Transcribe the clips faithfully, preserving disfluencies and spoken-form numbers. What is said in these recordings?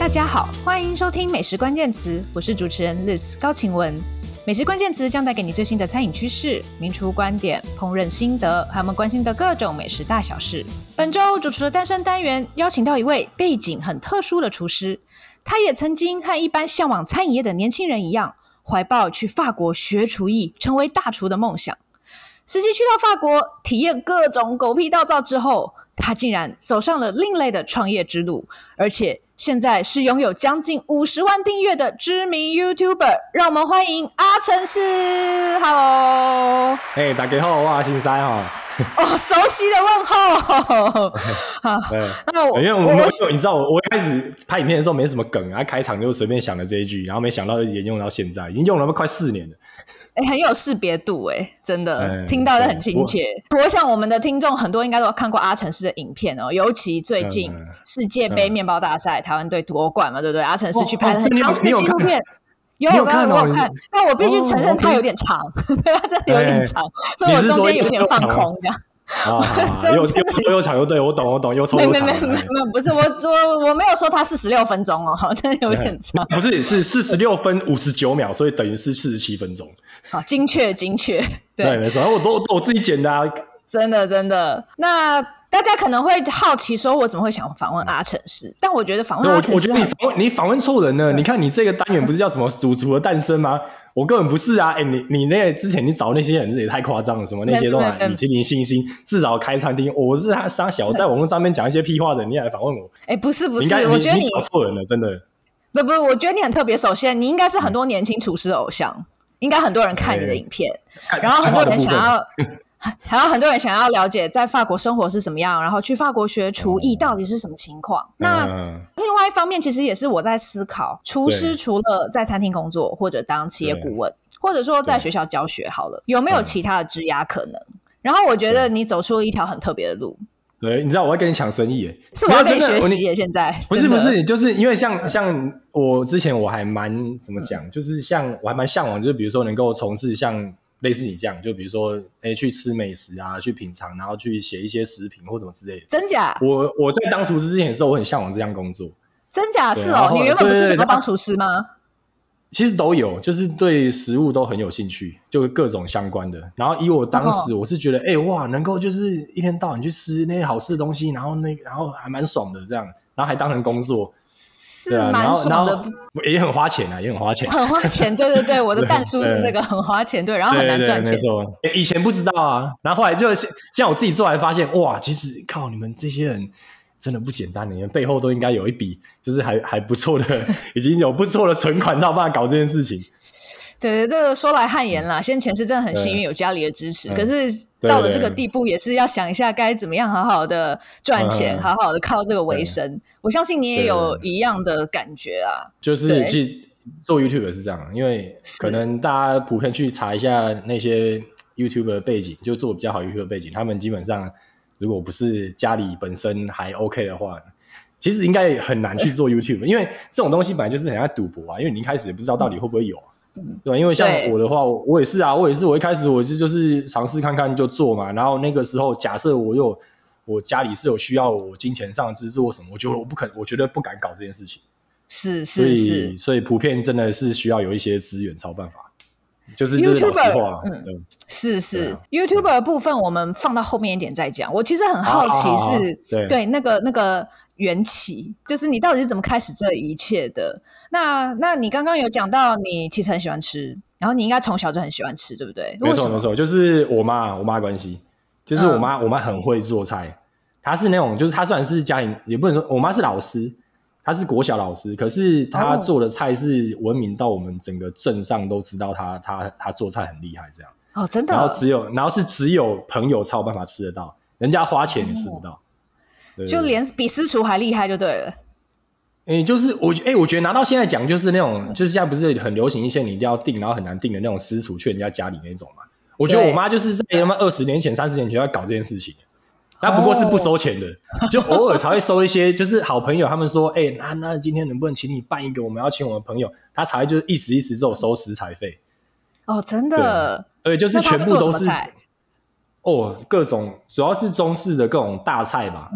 大家好，欢迎收听美食关键词，我是主持人 Liz 高晴雯。美食关键词将带给你最新的餐饮趋势、名厨观点、烹饪心得，还有我们关心的各种美食大小事。本周主持的单身单元邀请到一位背景很特殊的厨师，他也曾经和一般向往餐饮业的年轻人一样，怀抱去法国学厨艺、成为大厨的梦想。实际去到法国体验各种狗屁倒灶之后，他竟然走上了另类的创业之路，而且现在是拥有将近五十万订阅的知名 YouTuber， 让我们欢迎阿成师。Hello， 嘿、hey, 大家好，我阿新塞哈。 哦，熟悉的问候。好， 那我因为我们你知道我我一开始拍影片的时候没什么梗啊，开场就随便想了这一句，然后没想到沿用到现在，已经用了快四年了。 欸、很有识别度哎、欸，真的、欸、听到的很亲切。我, 我想我们的听众很多应该都有看过阿成师的影片哦，尤其最近世界杯面包大赛、嗯、台湾队夺冠嘛，对不对？阿成师去拍了很长的纪录片。有，我刚刚我有看，但我必须承认它有点长，对、哦，它真的有点长，所以我中间有点放空这样。 啊，又又抽又长又对，我懂我懂，又抽又长。 没没没没没，不是我我我没有说它四十六分钟哦，真的有点长。 不是，是四十六分五十九秒，所以等于是四十七分钟。 好，精确精确，对， 对没错，我都我自己剪的啊。 真的真的，那大家可能会好奇说，我怎么会想访问阿成师？但我觉得访问阿成师， 我觉得你访问你访问错人了。你看你这个单元不是叫什么主厨的诞生吗？我根本不是啊！哎、欸，你你那之前你找那些人也太夸张了，什么那些都米其林星星，至少开餐厅。我是他傻小，在网络上面讲一些屁话的，你来访问我？ 哎、欸，不是不是，我觉得你, 你找错人了，真的。 不不，我觉得你很特别。首先，你应该是很多年轻厨师的偶像，应该很多人看你的影片，欸、然后很多人想要。然后很多人想要了解在法国生活是什么样，然后去法国学厨艺到底是什么情况、嗯、那另外一方面其实也是我在思考，厨师除了在餐厅工作或者当企业顾问，或者说在学校教学好了，有没有其他的职涯可能、嗯、然后我觉得你走出了一条很特别的路。 对，你知道我要跟你抢生意耶， 是我要跟你学习耶。现在不是不是，就是因为像像我之前我还蛮怎么讲、嗯、就是像我还蛮向往，就是比如说能够从事像类似你这样，就比如说，哎，去吃美食啊，去品尝，然后去写一些食品或什么之类的。 真假？ 我我在当厨师之前的时候，我很向往这项工作。 真假是哦？你原本不是想要当厨师吗？ 其实都有，就是对食物都很有兴趣，就各种相关的。然后以我当时，我是觉得，哎、哦，哇，能够就是一天到晚去吃那些好吃的东西，然后那然后还蛮爽的这样，然后还当成工作。 是蛮爽的、啊， 也很花钱啊，也很花钱， 很花钱，对对对，我的蛋叔是这个很花钱，对，然后很难赚钱， 对对对没错。以前不知道啊，然后后来就像我自己做来发现，哇，其实靠你们这些人真的不简单，你们背后都应该有一笔就是还还不错的，已经有不错的存款，才有办法搞这件事情。 对，这个说来汗颜啦，先前是真的很幸运有家里的支持、嗯、可是到了这个地步也是要想一下该怎么样好好的赚钱、嗯、好好的靠这个为生。我相信你也有一样的感觉啊， 就是其实做 YouTuber 是这样，因为可能大家普遍去查一下那些 YouTuber 的背景，就做比较好 YouTuber 的背景，他们基本上如果不是家里本身还 OK 的话，其实应该很难去做 YouTuber， 因为这种东西本来就是很像赌博啊，因为你一开始也不知道到底会不会有啊，对吧？因为像我的话，我也是啊，我也是，我一开始我是就是尝试看看就做嘛，然后那个时候假设我有我家里是有需要我金钱上的资助或什么，我觉得我不肯，我觉得不敢搞这件事情。 是是是， 所以所以普遍真的是需要有一些资源才有办法。就是这是老实话， 嗯，是是、啊、YouTuber 的部分我们放到后面一点再讲。我其实很好奇是，好好好对, 对那个那个缘起，就是你到底是怎么开始这一切的？那那你刚刚有讲到你其实很喜欢吃，然后你应该从小就很喜欢吃，对不对？ 没错没错，就是我妈我妈关系，就是我妈、嗯、我妈很会做菜，她是那种就是她虽然是家庭，也不能说我妈是老师。他是国小老师，可是他做的菜是闻名到我们整个镇上都知道他他他做菜很厉害这样。 哦，真的。 然后只有然后是只有朋友才有办法吃得到，人家花钱也吃不到。哦、对对对就连比私厨还厉害就对了。 诶、欸，就是我诶、欸，我觉得拿到现在讲就是那种，就是现在不是很流行一些你一定要订，然后很难订的那种私厨去人家家里那种嘛。我觉得我妈就是在他妈二十年前、三十年前要搞这件事情。他不过是不收钱的， oh. 就偶尔才会收一些，就是好朋友他们说，哎、欸，那那今天能不能请你办一个？我们要请我们朋友，他才会就是意思意思之后收食材费。 哦，真的？ 对，对就是全部都是哦，各种主要是中式的各种大菜吧，嗯，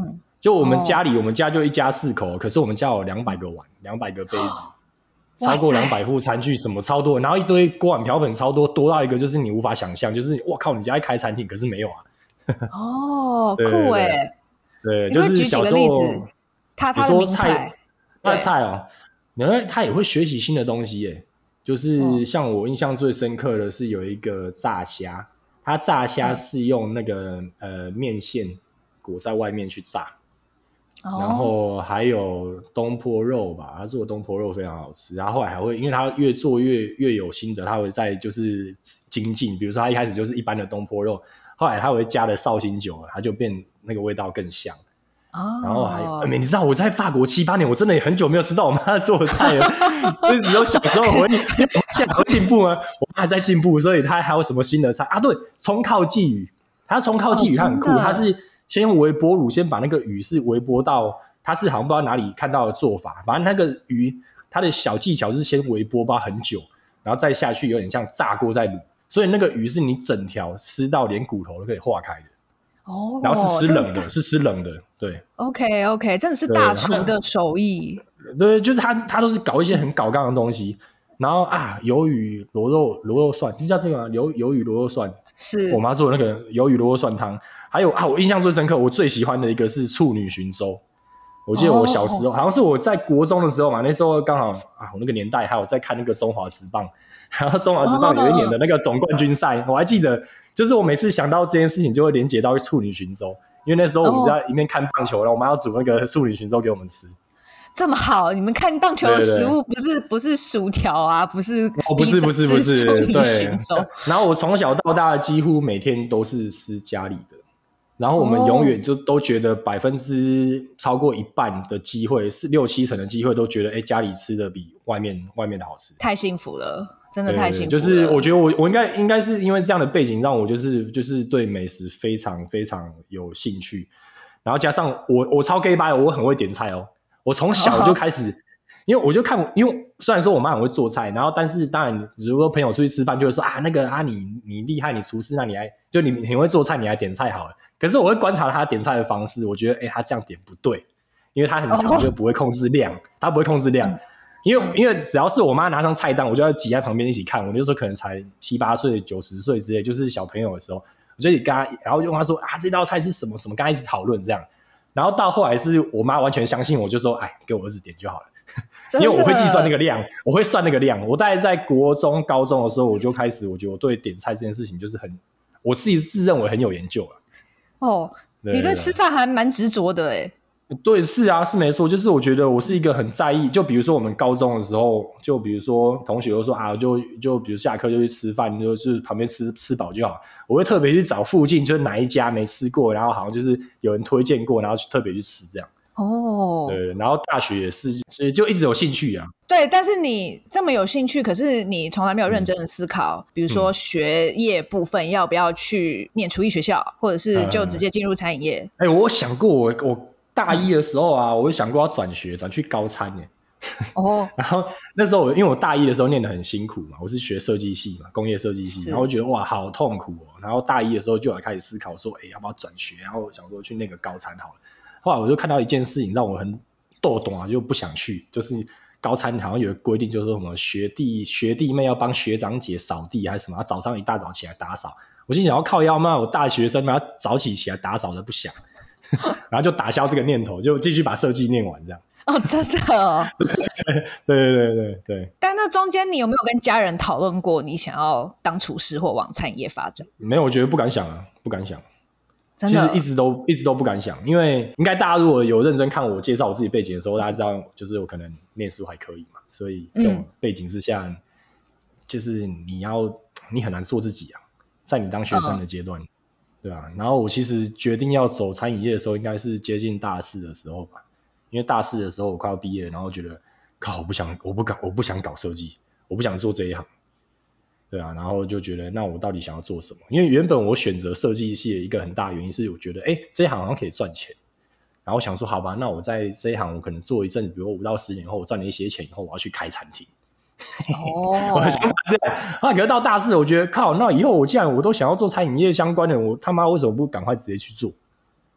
就我们家里，哦、我们家就一家四口，可是我们家有两百个碗，两百个杯子，超过两百副餐具，什么超多，然后一堆锅碗瓢盆超多，多到一个就是你无法想象，就是哇靠，你家在开餐厅，可是没有啊。 哦，酷哎、欸！ 对，就是小时候， 他他的名菜， 他的菜哦，因为他也会学习新的东西耶。就是像我印象最深刻的是有一个炸虾，他炸虾是用那个、嗯、呃面线裹在外面去炸，哦、然后还有东坡肉吧，他做的东坡肉非常好吃。然后后来还会，因为他越做越越有心得，他会再就是精进，比如说他一开始就是一般的东坡肉。后来他会加了绍兴酒，它就变那个味道更香。哦、然后还有、欸，你知道我在法国七八年，我真的很久没有吃到我妈做的菜了。就只有小时候回忆，因为我现在有进步啊，我妈还在进步，所以她还有什么新的菜啊？对，葱烤鲫鱼，她葱烤鲫鱼它很酷，她、哦、是先用微波炉先把那个鱼是微波到，她是好像不知道哪里看到的做法，反正那个鱼它的小技巧是先微波包很久，然后再下去有点像炸锅再卤。所以那个鱼是你整条吃到连骨头都可以化开的哦，然后是吃冷的，是吃冷的，对。 OK OK， 真的是大厨的手艺。 对，就是他他都是搞一些很搞纲的东西，然后啊，鱿鱼螺肉螺肉蒜，是叫这个吗？鱿鱿鱼螺肉蒜， 是我妈做的那个鱿鱼螺肉蒜汤。还有啊，我印象最深刻，我最喜欢的一个是处女寻舟。我记得我小时候、哦、好像是我在国中的时候嘛，那时候刚好啊，我那个年代还有在看那个中华职棒。然后中华职棒有一年的那个总冠军赛、哦、我还记得，就是我每次想到这件事情就会连结到处女寻舟，因为那时候我们在一面看棒球，然后我妈要煮那个处女寻舟给我们吃。 这么好，你们看棒球的食物不是对对对不是薯条啊，不是哦，不是不是不是，对。然后我从小到大几乎每天都是吃家里的，然后我们永远就都觉得百分之超过一半的机会是六七成的机会都觉得，哎，家里吃的比外面外面的好吃。 太幸福了。真的太幸福了。 就是我觉得我我应该应该是因为这样的背景，让我就是就是对美食非常非常有兴趣，然后加上我我超 gay 掰，我很会点菜哦。我从小就开始，哦、因为我就看，因为虽然说我妈很会做菜，然后但是当然，如果朋友出去吃饭，就会说啊那个啊你你厉害，你厨师，那你还就你很会做菜，你还点菜好了。可是我会观察他点菜的方式，我觉得哎他这样点不对，因为他很常就不会控制量，哦、他不会控制量。嗯因为因为只要是我妈拿上菜单，我就要挤在旁边一起看。我那时候可能才七八岁、九十岁之类，就是小朋友的时候，我就跟他，然后用他说啊，这道菜是什么什么，跟他一起讨论这样。然后到后来是我妈完全相信我，就说，哎，给我儿子点就好了，因为我会计算那个量，我会算那个量。我大概在国中、高中的时候，我就开始，我觉得我对点菜这件事情就是很，我自己自认为很有研究了。 哦，你对吃饭还蛮执着的哎。 对，是啊，是没错。就是我觉得我是一个很在意，就比如说我们高中的时候，就比如说同学都说啊，就就比如下课就去吃饭，就就是旁边吃吃饱就好。我会特别去找附近就是哪一家没吃过，然后好像就是有人推荐过，然后特别去吃这样。哦，对，然后大学也是，所以就一直有兴趣啊。 对，但是你这么有兴趣，可是你从来没有认真的思考，嗯、比如说学业部分要不要去念厨艺学校，或者是就直接进入餐饮业。 哎、嗯，我想过我我。大一的时候啊，我就想过要转学，转去高餐耶。哦，然后那时候我因为我大一的时候念得很辛苦嘛，我是学设计系嘛，工业设计系，然后我觉得哇好痛苦哦。然后大一的时候就要开始思考说，哎，要不要转学？然后想说去那个高餐好了。后来我就看到一件事情让我很逗懂啊，就不想去，就是高餐好像有个规定，就是说什么学弟学弟妹要帮学长姐扫地还是什么，早上一大早起来打扫。我心想要靠腰嘛，我大学生嘛，要早起起来打扫的不想。然后就打消这个念头，就继续把设计念完这样。 哦，真的哦。 对对对对对。 但那中间你有没有跟家人讨论过你想要当厨师或往餐饮业发展？ 没有，我觉得不敢想啊，不敢想。真的，其实一直都一直都不敢想，因为应该大家如果有认真看我介绍我自己背景的时候，大家知道就是我可能念书还可以嘛，所以这种背景之下，嗯、就是你要你很难做自己啊，在你当学生的阶段。嗯对啊，然后我其实决定要走餐饮业的时候，应该是接近大四的时候吧。因为大四的时候我快要毕业，然后觉得，靠，我不想，我不敢，我不想搞设计，我不想做这一行。对啊，然后就觉得，那我到底想要做什么？因为原本我选择设计系的一个很大的原因是，我觉得，哎，这一行好像可以赚钱。然后想说，好吧，那我在这一行我可能做一阵子，比如五到十年后，我赚了一些钱以后，我要去开餐厅。哦，我的想法是这样啊。可是到大四，我觉得靠，那以后我既然我都想要做餐饮业相关的，我他妈为什么不赶快直接去做？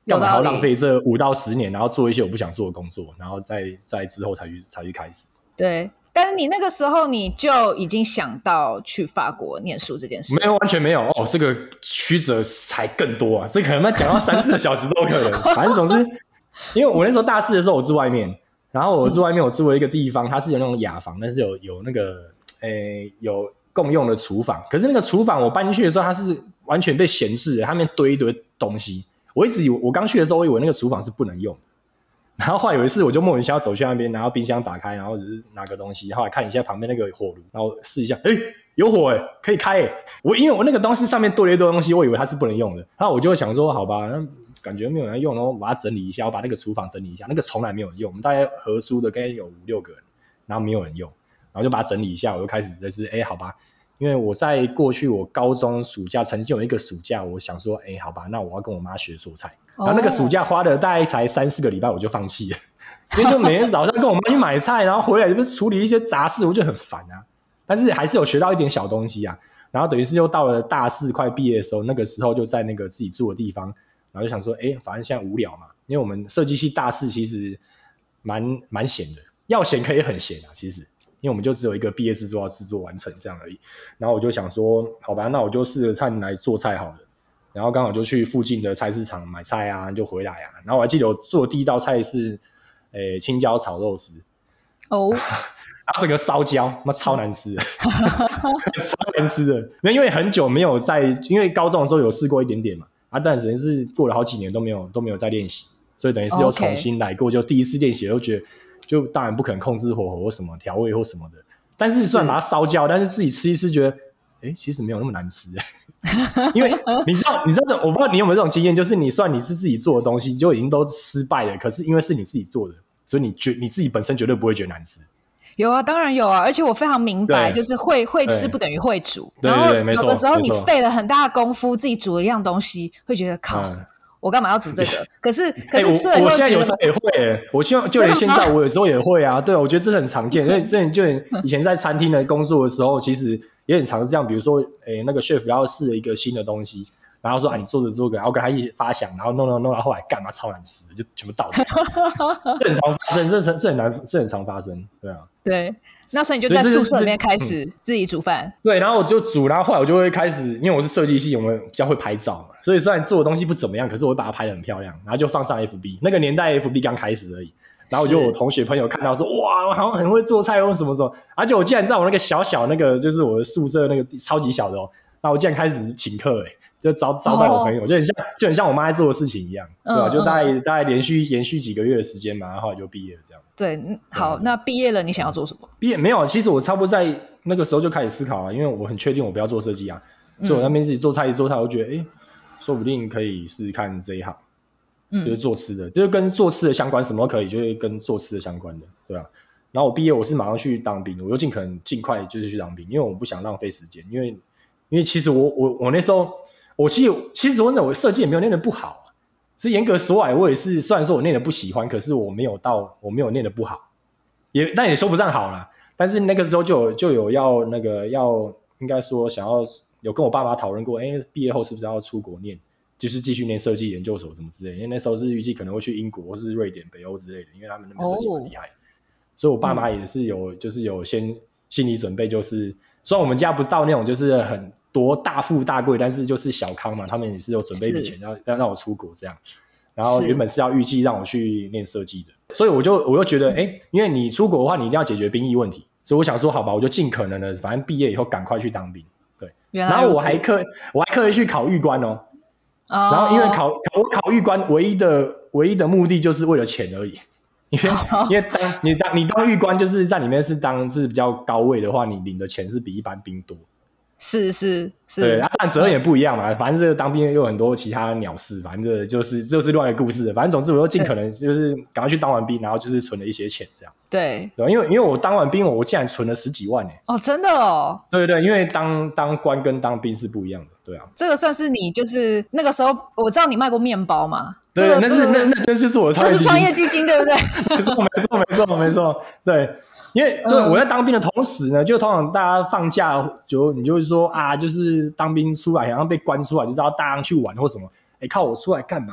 干嘛还要浪费这五到十年，然后做一些我不想做的工作，然后再在之后才去才去开始。 对，但是你那个时候你就已经想到去法国念书这件事？ 没有，完全没有哦。这个曲折才更多啊，这可能要讲到三四个小时都可能。反正总之，因为我那时候大四的时候我住外面，然后我住外面我住了一个地方，它是有那种雅房，但是有有那个诶有共用的厨房。可是那个厨房我搬进去的时候，它是完全被闲置的，它面堆一堆东西。我一直以为我刚去的时候，我以为那个厨房是不能用的。然后后来有一次，我就莫名其妙走去那边，然后冰箱打开，然后只是拿个东西，后来看一下旁边那个火炉，然后试一下，哎，有火哎，可以开哎。我因为我那个东西上面堆了一堆东西，我以为它是不能用的，然后我就想说，好吧，那感觉没有人用，然后我把它整理一下，我把那个厨房整理一下，那个从来没有人用，我们大概合租的跟有五六个人，然后没有人用，然后就把它整理一下，我就开始就是，哎，好吧。因为我在过去我高中暑假曾经有一个暑假，我想说，哎，好吧，那我要跟我妈学做菜。然后那个暑假花的大概才三四个礼拜，我就放弃了，因为就每天早上跟我妈去买菜，然后回来就是处理一些杂事，我就很烦啊。但是还是有学到一点小东西啊。然后等于是又到了大四快毕业的时候，那个时候就在那个自己住的地方，然后就想说，哎，反正现在无聊嘛，因为我们设计系大四其实蛮蛮闲的，要闲可以很闲啊，其实。因为我们就只有一个毕业制作要制作完成这样而已，然后我就想说，好吧，那我就试着看来做菜好了。然后刚好就去附近的菜市场买菜啊，就回来啊。然后我还记得我做的第一道菜是，诶，青椒炒肉丝。哦。然后整个烧焦，妈超难吃的，超难吃的。因为很久没有在，因为高中的时候有试过一点点嘛，啊，但等于是过了好几年都没有都没有在练习，所以等于是又重新来过， okay. 就第一次练习，又觉得。就当然不可能控制火候或什么调味或什么的，但是虽然把它烧焦，但是自己吃一吃觉得，哎，其实没有那么难吃。因为你知道，你知道，我不知道你有没有这种经验，就是你算你是自己做的东西，就已经都失败了，可是因为是你自己做的，所以你觉你自己本身绝对不会觉得难吃。 有啊，当然有啊，而且我非常明白，就是会会吃不等于会煮，然后有的时候你费了很大的功夫自己煮了一样东西，会觉得靠。嗯我干嘛要煮这个？可是可是吃了以后、欸、 我, 我现在有时候也会、欸，我希望就连现在我有时候也会啊。对，我觉得这很常见，因为这就以前在餐厅的工作的时候，其实也很常这样。比如说，诶、欸，那个 chef 要试了一个新的东西，然后说啊，你做着做着，然后跟他一起发想，然后弄弄弄，然后后来干嘛超难吃，就全部倒掉。这很常发生，这很这很难，这很常发生，对啊。 对。那所以你就在宿舍里面开始自己煮饭、嗯、 对，然后我就煮，然后后来我就会开始，因为我是设计系，我们比较会拍照嘛，所以虽然做的东西不怎么样，可是我会把它拍得很漂亮，然后就放上 F B。 那个年代 F B 刚开始而已，然后我就我同学朋友看到说，哇，我好像很会做菜或什么什么，而且我竟然在我那个小小那个就是我的宿舍那个超级小的哦，那我竟然开始请客，哎，就招招待我朋友、哦、就很像就很像我妈在做的事情一样，对吧、嗯？就大概、嗯、大概连续延续几个月的时间嘛，然后后来就毕业了这样。 对，好，那毕业了你想要做什么？ 毕业没有，其实我差不多在那个时候就开始思考了，因为我很确定我不要做设计啊，所以我那边自己做菜一做菜，我就觉得哎，说不定可以试试看这一行，嗯，就是做吃的，就是跟做吃的相关，什么都可以，就是跟做吃的相关的，对啊。然后我毕业我是马上去当兵，我就尽可能尽快就是去当兵，因为我不想浪费时间，因为因为其实我我我那时候我其实其实我我设计也没有念得不好。是严格说来，我也是，虽然说我念得不喜欢，可是我没有到，我没有念得不好，也但也说不上好啦。但是那个时候就有就有要那个要，应该说想要有跟我爸妈讨论过，哎，毕业后是不是要出国念，就是继续念设计研究所什么之类的。因为那时候是预计可能会去英国或是瑞典、北欧之类的，因为他们那边设计很厉害。哦、所以我爸妈也是有，就是有先心理准备，就是虽然我们家不是到那种就是很。多大富大贵，但是就是小康嘛，他们也是有准备一笔钱要要让我出国这样，然后原本是要预计让我去念设计的，所以我就我就觉得，哎，因为你出国的话，你一定要解决兵役问题，所以我想说，好吧，我就尽可能的，反正毕业以后赶快去当兵，对，然后我还刻我还刻意去考预官哦， oh. 然後因為考考考預官唯一的唯一的目的就是為了錢而已，因為、oh. 因為當你當你當預官就是在裡面是當是比較高位的話，你領的錢是比一般兵多。 是是是， 对，当然责任也不一样嘛。反正这个当兵又有很多其他鸟事，反正就是就是另外一个故事。反正总之，我就尽可能就是赶快去当完兵，然后就是存了一些钱这样。 对， 对，因为因为我当完兵，我竟然存了十几万哎、欸。 哦，真的哦。对对，因为当当官跟当兵是不一样的，对啊。 这个算是你就是那个时候，我知道你卖过面包嘛。 对， 这个、 那是、這個、那那那就是我的创業基金，就是創業基金，對不對？ 沒錯，沒錯，沒錯，沒錯，對。因為對我在當兵的同時呢，就通常大家放假就你就會說啊，就是當兵出來，好像被關出來，就是要大家去玩或什麼。哎，靠我出來幹嘛？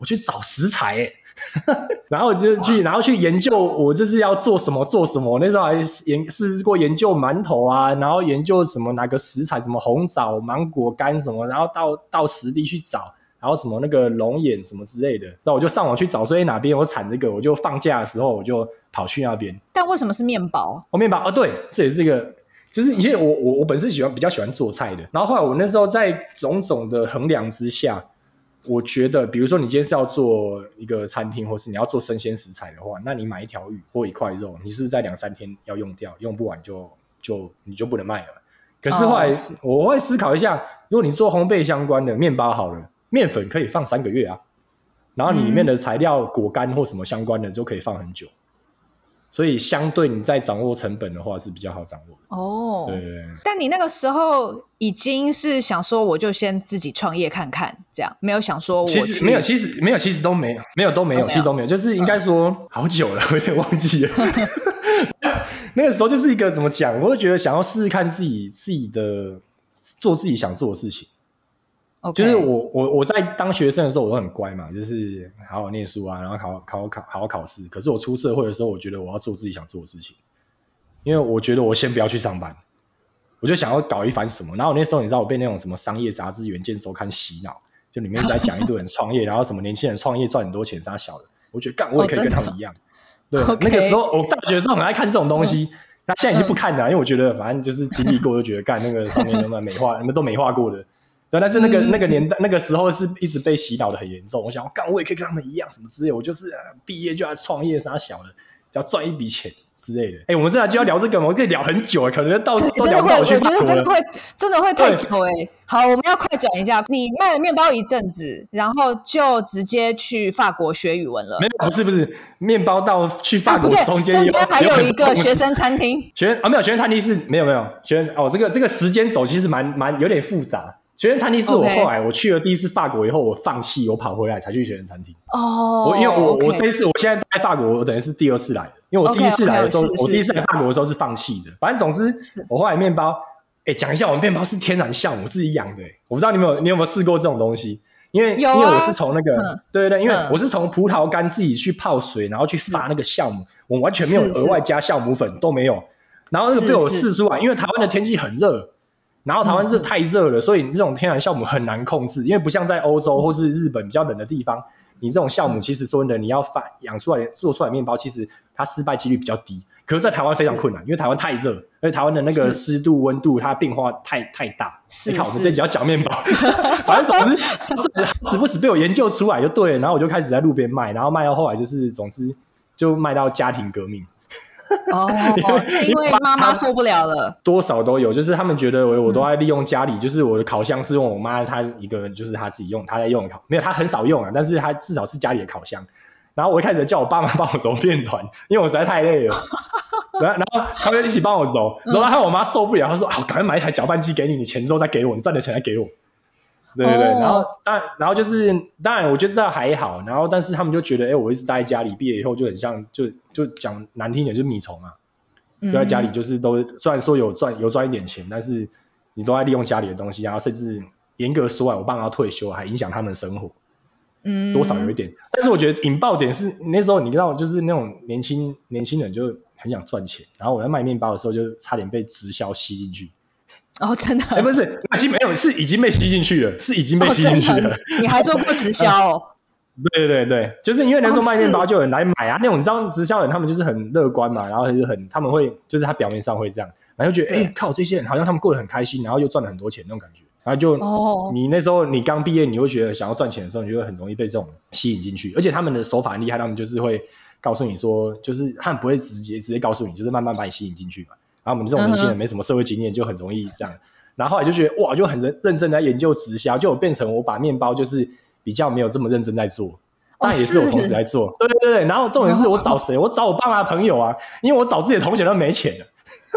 我去找食材欸然后就去，然后去研究我就是要做什么做什么。那时候还研试过研究馒头啊，然后研究什么哪个食材，什么红枣、芒果干什么，然后到到实地去找，然后什么那个龙眼什么之类的。然后我就上网去找，说哎哪边有产这个，我就放假的时候我就跑去那边。 但为什么是面包？ 哦，面包哦，对，这也是一个。就是以前我我我本身喜欢比较喜欢做菜的，然后后来我那时候在种种的衡量之下，我觉得比如说你今天是要做一个餐厅，或是你要做生鲜食材的话，那你买一条鱼或一块肉，你是在两三天要用掉，用不完就就你就不能卖了。可是后来我会思考一下，如果你做烘焙相关的面包好了，面粉可以放三个月啊，然后你里面的材料果干或什么相关的就可以放很久。所以相对你在掌握成本的话是比较好掌握的哦。 对对对。 但你那个时候已经是想说我就先自己创业看看，这样没有想说我其实没有，其实没有，其实都没有，没有都没有，其实都没有，就是应该说、嗯、好久了，我有点忘记了。那个时候就是一个怎么讲，我就觉得想要试试看自己自己的做自己想做的事情。Okay. 就是我我我在当学生的时候我都很乖嘛，就是好好念书啊，然后考考考好好考试。可是我出社会的时候，我觉得我要做自己想做的事情，因为我觉得我先不要去上班，我就想要搞一番什么。然后我那时候你知道我被那种什么商业杂志、远见周刊洗脑，就里面在讲一堆人创业，然后什么年轻人创业赚很多钱，啥小的，我觉得干我也可以跟他们一样。哦、对， okay. 那个时候我大学的时候很爱看这种东西。嗯那现在已经不看了、啊，因为我觉得反正就是经历过，就觉得干那个上面那么美化，那都美化过的。对，但是那个、嗯、那个年代那个时候是一直被洗脑的很严重。我想，干我也可以跟他们一样，什么之类的，我就是毕业就要创业，啥小的，要赚一笔钱之类的。哎、欸，我们真的就要聊这个吗？我可以聊很久，可能到都聊不到我去法国了。 我觉得真的会真的会太久哎。好，我们要快转一下。你卖了面包一阵子，然后就直接去法国学语文了？ 没有，不是不是，面包到去法国中间、 啊、中间还有一个学生餐厅。 学啊没有学生餐厅是没有没有学生哦，这个这个时间走其实蛮蛮有点复杂。学生餐厅是我后来我去了第一次法国以后，我放弃，我跑回来才去学生餐厅。哦、oh, 我因为我、okay. 我这一次我现在在法国，我等于是第二次来的，因为我第一次来的时候， okay, okay, 我第一次来法国的时候是放弃的。反正总之，我后来面包，哎，讲一下我们面包是天然酵母自己养的，我不知道你有没有你有没有试过这种东西？因为、啊、因为我是从那个、嗯、对对对，因为我是从葡萄干自己去泡水，然后去发那个酵母，我完全没有额外加酵母粉都没有，然后那个被我试出来，因为台湾的天气很热。然后台湾是太热了、嗯、所以这种天然酵母很难控制，因为不像在欧洲或是日本比较冷的地方，你这种酵母其实说真的你要发养出来做出来面包，其实它失败几率比较低。可是在台湾非常困难，因为台湾太热，而且台湾的那个湿度温度它变化太太大。你看我们这集要讲面包反正总之时不时被我研究出来就对了，然后我就开始在路边卖，然后卖到后来就是总之就卖到家庭革命。 哦，因为妈妈受不了了， 多少都有，就是他们觉得我我都在利用家里、嗯，就是我的烤箱是用我妈她一个人，就是她自己用，她在用烤，没有她很少用啊，但是她至少是家里的烤箱。然后我一开始叫我爸妈帮我揉面团，因为我实在太累了，然后他们一起帮我揉，揉到后我妈受不了，她说：“好，赶快买一台搅拌机给你，你钱之后再给我，你赚的钱再给我。”对对对，哦、然后当然，然后就是当然，我觉得还好，然后但是他们就觉得，哎，我一直待在家里，毕业以后就很像，就就讲难听点，就是米虫啊，就在家里就是都虽然说有赚有赚一点钱，但是你都在利用家里的东西，然后甚至严格说来，我爸妈要退休，还影响他们的生活，嗯，多少有一点。但是我觉得引爆点是那时候你知道，就是那种年轻年轻人就很想赚钱，然后我在卖面包的时候，就差点被直销吸进去。 哦，真的？ 哎，不是，已经没有，是已经被吸进去了，是已经被吸进去了。哦、 你还做过直销哦？ 对对对，就是因为那时候卖面包就有人来买啊，哦、那种你知道直销人他们就是很乐观嘛，然后就是很他们会就是他表面上会这样，然后就觉得哎靠，这些人好像他们过得很开心，然后又赚了很多钱那种感觉，然后就、哦、你那时候你刚毕业，你会觉得想要赚钱的时候，你就会很容易被这种吸引进去，而且他们的手法很厉害，他们就是会告诉你说，就是他们不会直接直接告诉你，就是慢慢把你吸引进去嘛。然后我们这种年轻人没什么社会经验，就很容易这样。然后后来就觉得哇，就很认真在研究直销，就变成我把面包就是比较没有这么认真在做，但也是我同时在做。对对对，然后重点是我找谁？我找我爸妈的朋友啊，因为我找自己的同学都没钱了。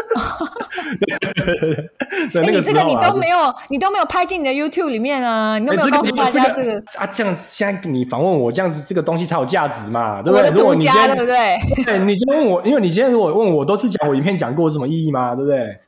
哎、欸，你这个你都没有，你都没有拍进你的 YouTube 里面啊，你都没有告诉大家这个、欸、这个啊，这样现在你访问我这样子，这个东西才有价值嘛，对不对？ 我的独家，对不对？ 对，你今天问我，因为你今天如果问我，都是讲我影片讲过什么意义吗？对不对？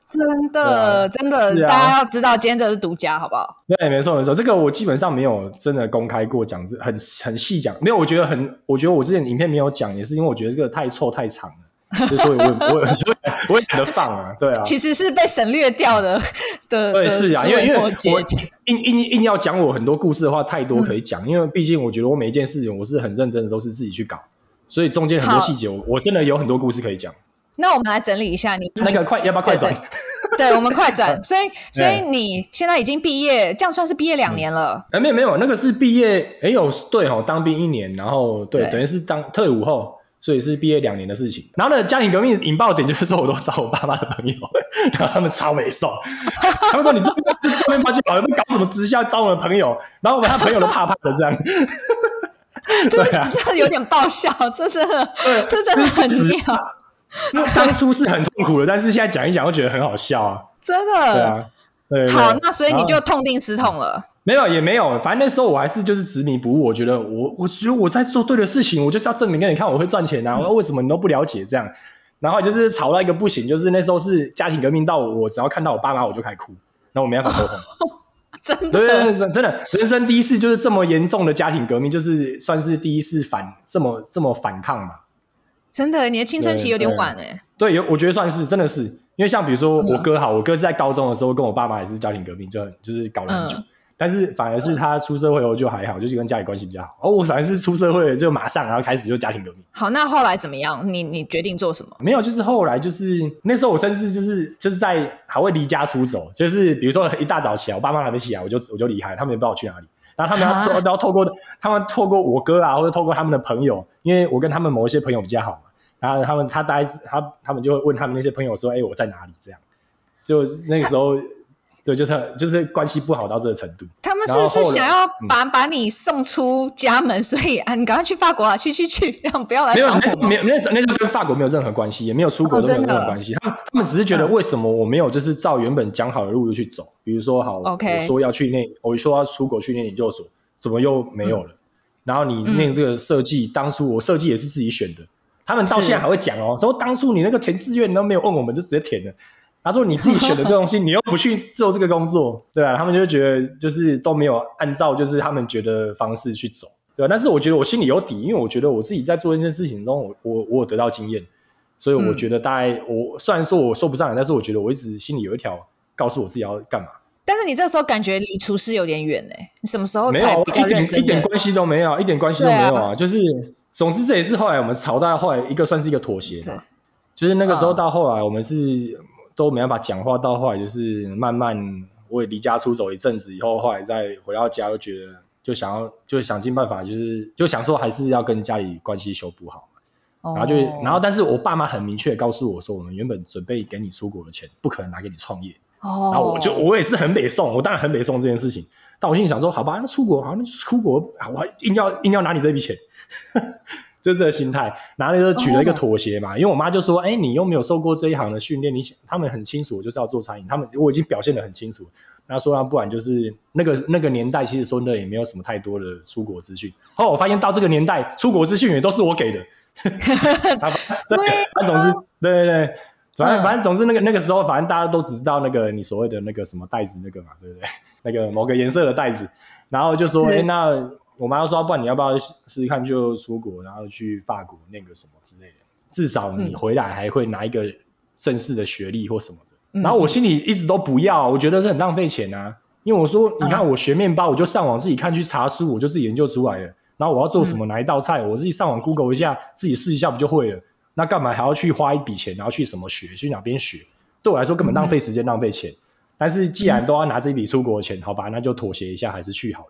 真的、啊、真的、啊、大家要知道今天这是独家好不好？ 对，没错没错，这个我基本上没有真的公开过讲，很很细讲，没有，我觉得很我觉得我之前影片没有讲，也是因为我觉得这个太臭太长了，所以我我我我也懒得放啊，对啊， 其实是被省略掉的的对是啊，因为因为我硬硬硬要讲我很多故事的话，太多可以讲、嗯，因为毕竟我觉得我每一件事情我是很认真的，都是自己去搞，所以中间很多细节我我真的有很多故事可以讲。 那我们来整理一下你那个快要不要快转？ 对, 对, 对，我们快转。所以所以你现在已经毕业，这样算是毕业两年了。 哎、嗯，没有没有，那个是毕业，哎有对哦，当兵一年，然后 对, 对，等于是当退伍后，所以是毕业两年的事情。然后呢，家庭革命引爆点就是说，我都找我爸妈的朋友，然后他们超没送，他们说你这边就这边跑去搞，搞什么直销招我的朋友，然后我们他朋友都怕怕的这样。 对不起，啊、这有点爆笑，这真的，这真的很妙。 当初是很痛苦的，但是现在讲一讲，又觉得很好笑啊！ 真的， 对啊，对对对， 好，那所以你就痛定思痛了？ 没有，也没有，反正那时候我还是就是执迷不悟。我觉得我，我觉得我在做对的事情，我就是要证明给你看，我会赚钱啊！嗯、为什么你都不了解这样？然后就是吵到一个不行，就是那时候是家庭革命到我，我只要看到我爸妈，我就开始哭，然后我没办法沟通。 真的， 对对对，真的，人生第一次就是这么严重的家庭革命，就是算是第一次反这么这么反抗嘛。 真的，你的青春期有点晚哎、欸。 对，有我觉得算是，真的是，因为像比如说我哥好，嗯、我哥是在高中的时候跟我爸妈也是家庭革命，就很就是搞了很久、嗯，但是反而是他出社会后就还好，就是跟家里关系比较好。哦，我反而是出社会就马上然后开始就家庭革命。 好，那后来怎么样？你你决定做什么？ 没有，就是后来就是那时候我甚至就是就是在还会离家出走，就是比如说一大早起来，我爸妈还没起来，我就我就离开，他们也不知道我去哪里。然后他们要然后透过他们透过我哥啊，或者透过他们的朋友，因为我跟他们某一些朋友比较好嘛。然后他们他大概他他们就会问他们那些朋友说：“哎，我在哪里？”这样，就那个时候，对，就是就是关系不好到这个程度。 他们是不是想要把、嗯、把你送出家门？所以啊，你赶快去法国啊，去去去，让不要来法国。 没有，没有，那时候那时候跟法国没有任何关系，也没有出国都没有任何关系。哦、他们他们只是觉得为什么我没有就是照原本讲好的路去走？比如说好， okay. 我说要去念，我说要出国去念研究所，怎么又没有了？嗯、然后你念这个设计、嗯，当初我设计也是自己选的。他们到现在还会讲哦，说当初你那个填志愿都没有问我们，就直接填了。他说你自己选的这东西，你又不去做这个工作，对啊，他们就觉得就是都没有按照就是他们觉得方式去走，对啊。但是我觉得我心里有底，因为我觉得我自己在做这件事情中，我我我有得到经验，所以我觉得大概、嗯、我虽然说我说不上来，但是我觉得我一直心里有一条告诉我自己要干嘛。 但是你这个时候感觉离厨师有点远哎，你什么时候才比较认真的？ 一点关系都没有，一点关系都没有啊，就是。总之这也是后来我们吵到后来一个算是一个妥协嘛，就是那个时候到后来我们是都没办法讲话，到后来就是慢慢我也离家出走一阵子以后，后来再回到家就觉得就想要就想尽办法，就是就想说还是要跟家里关系修补好，然后就然后但是我爸妈很明确告诉我说，我们原本准备给你出国的钱不可能拿给你创业，然后我就我也是很北宋，我当然很北宋这件事情，但我心里想说好吧，那出国好，那出国我硬要硬要拿你这笔钱。就这个心态，然后就取了一个妥协嘛。Oh. 因为我妈就说：“哎、欸，你又没有受过这一行的训练，你他们很清楚，我就是要做餐饮。他们我已经表现得很清楚。然后说，不然就是那个那个年代，其实说的也没有什么太多的出国资讯。后来我发现到这个年代，出国资讯也都是我给的。对，反正总之，对对对，反正反正总之那个那个时候，反正大家都只知道那个你所谓的那个什么袋子那个嘛，对不对？那个某个颜色的袋子，然后就说：哎、欸，那。”我妈说，不然你要不要试试看就出国，然后去法国念个什么之类的，至少你回来还会拿一个正式的学历或什么的、嗯、然后我心里一直都不要，我觉得是很浪费钱啊，因为我说你看我学面包，我就上网自己看去查书，我就自己研究出来了，然后我要做什么哪一道菜、嗯、我自己上网 Google 一下，自己试一下不就会了，那干嘛还要去花一笔钱，然后去什么学，去哪边学，对我来说根本浪费时间、嗯、浪费钱，但是既然都要拿这笔出国的钱，好吧，那就妥协一下还是去好了。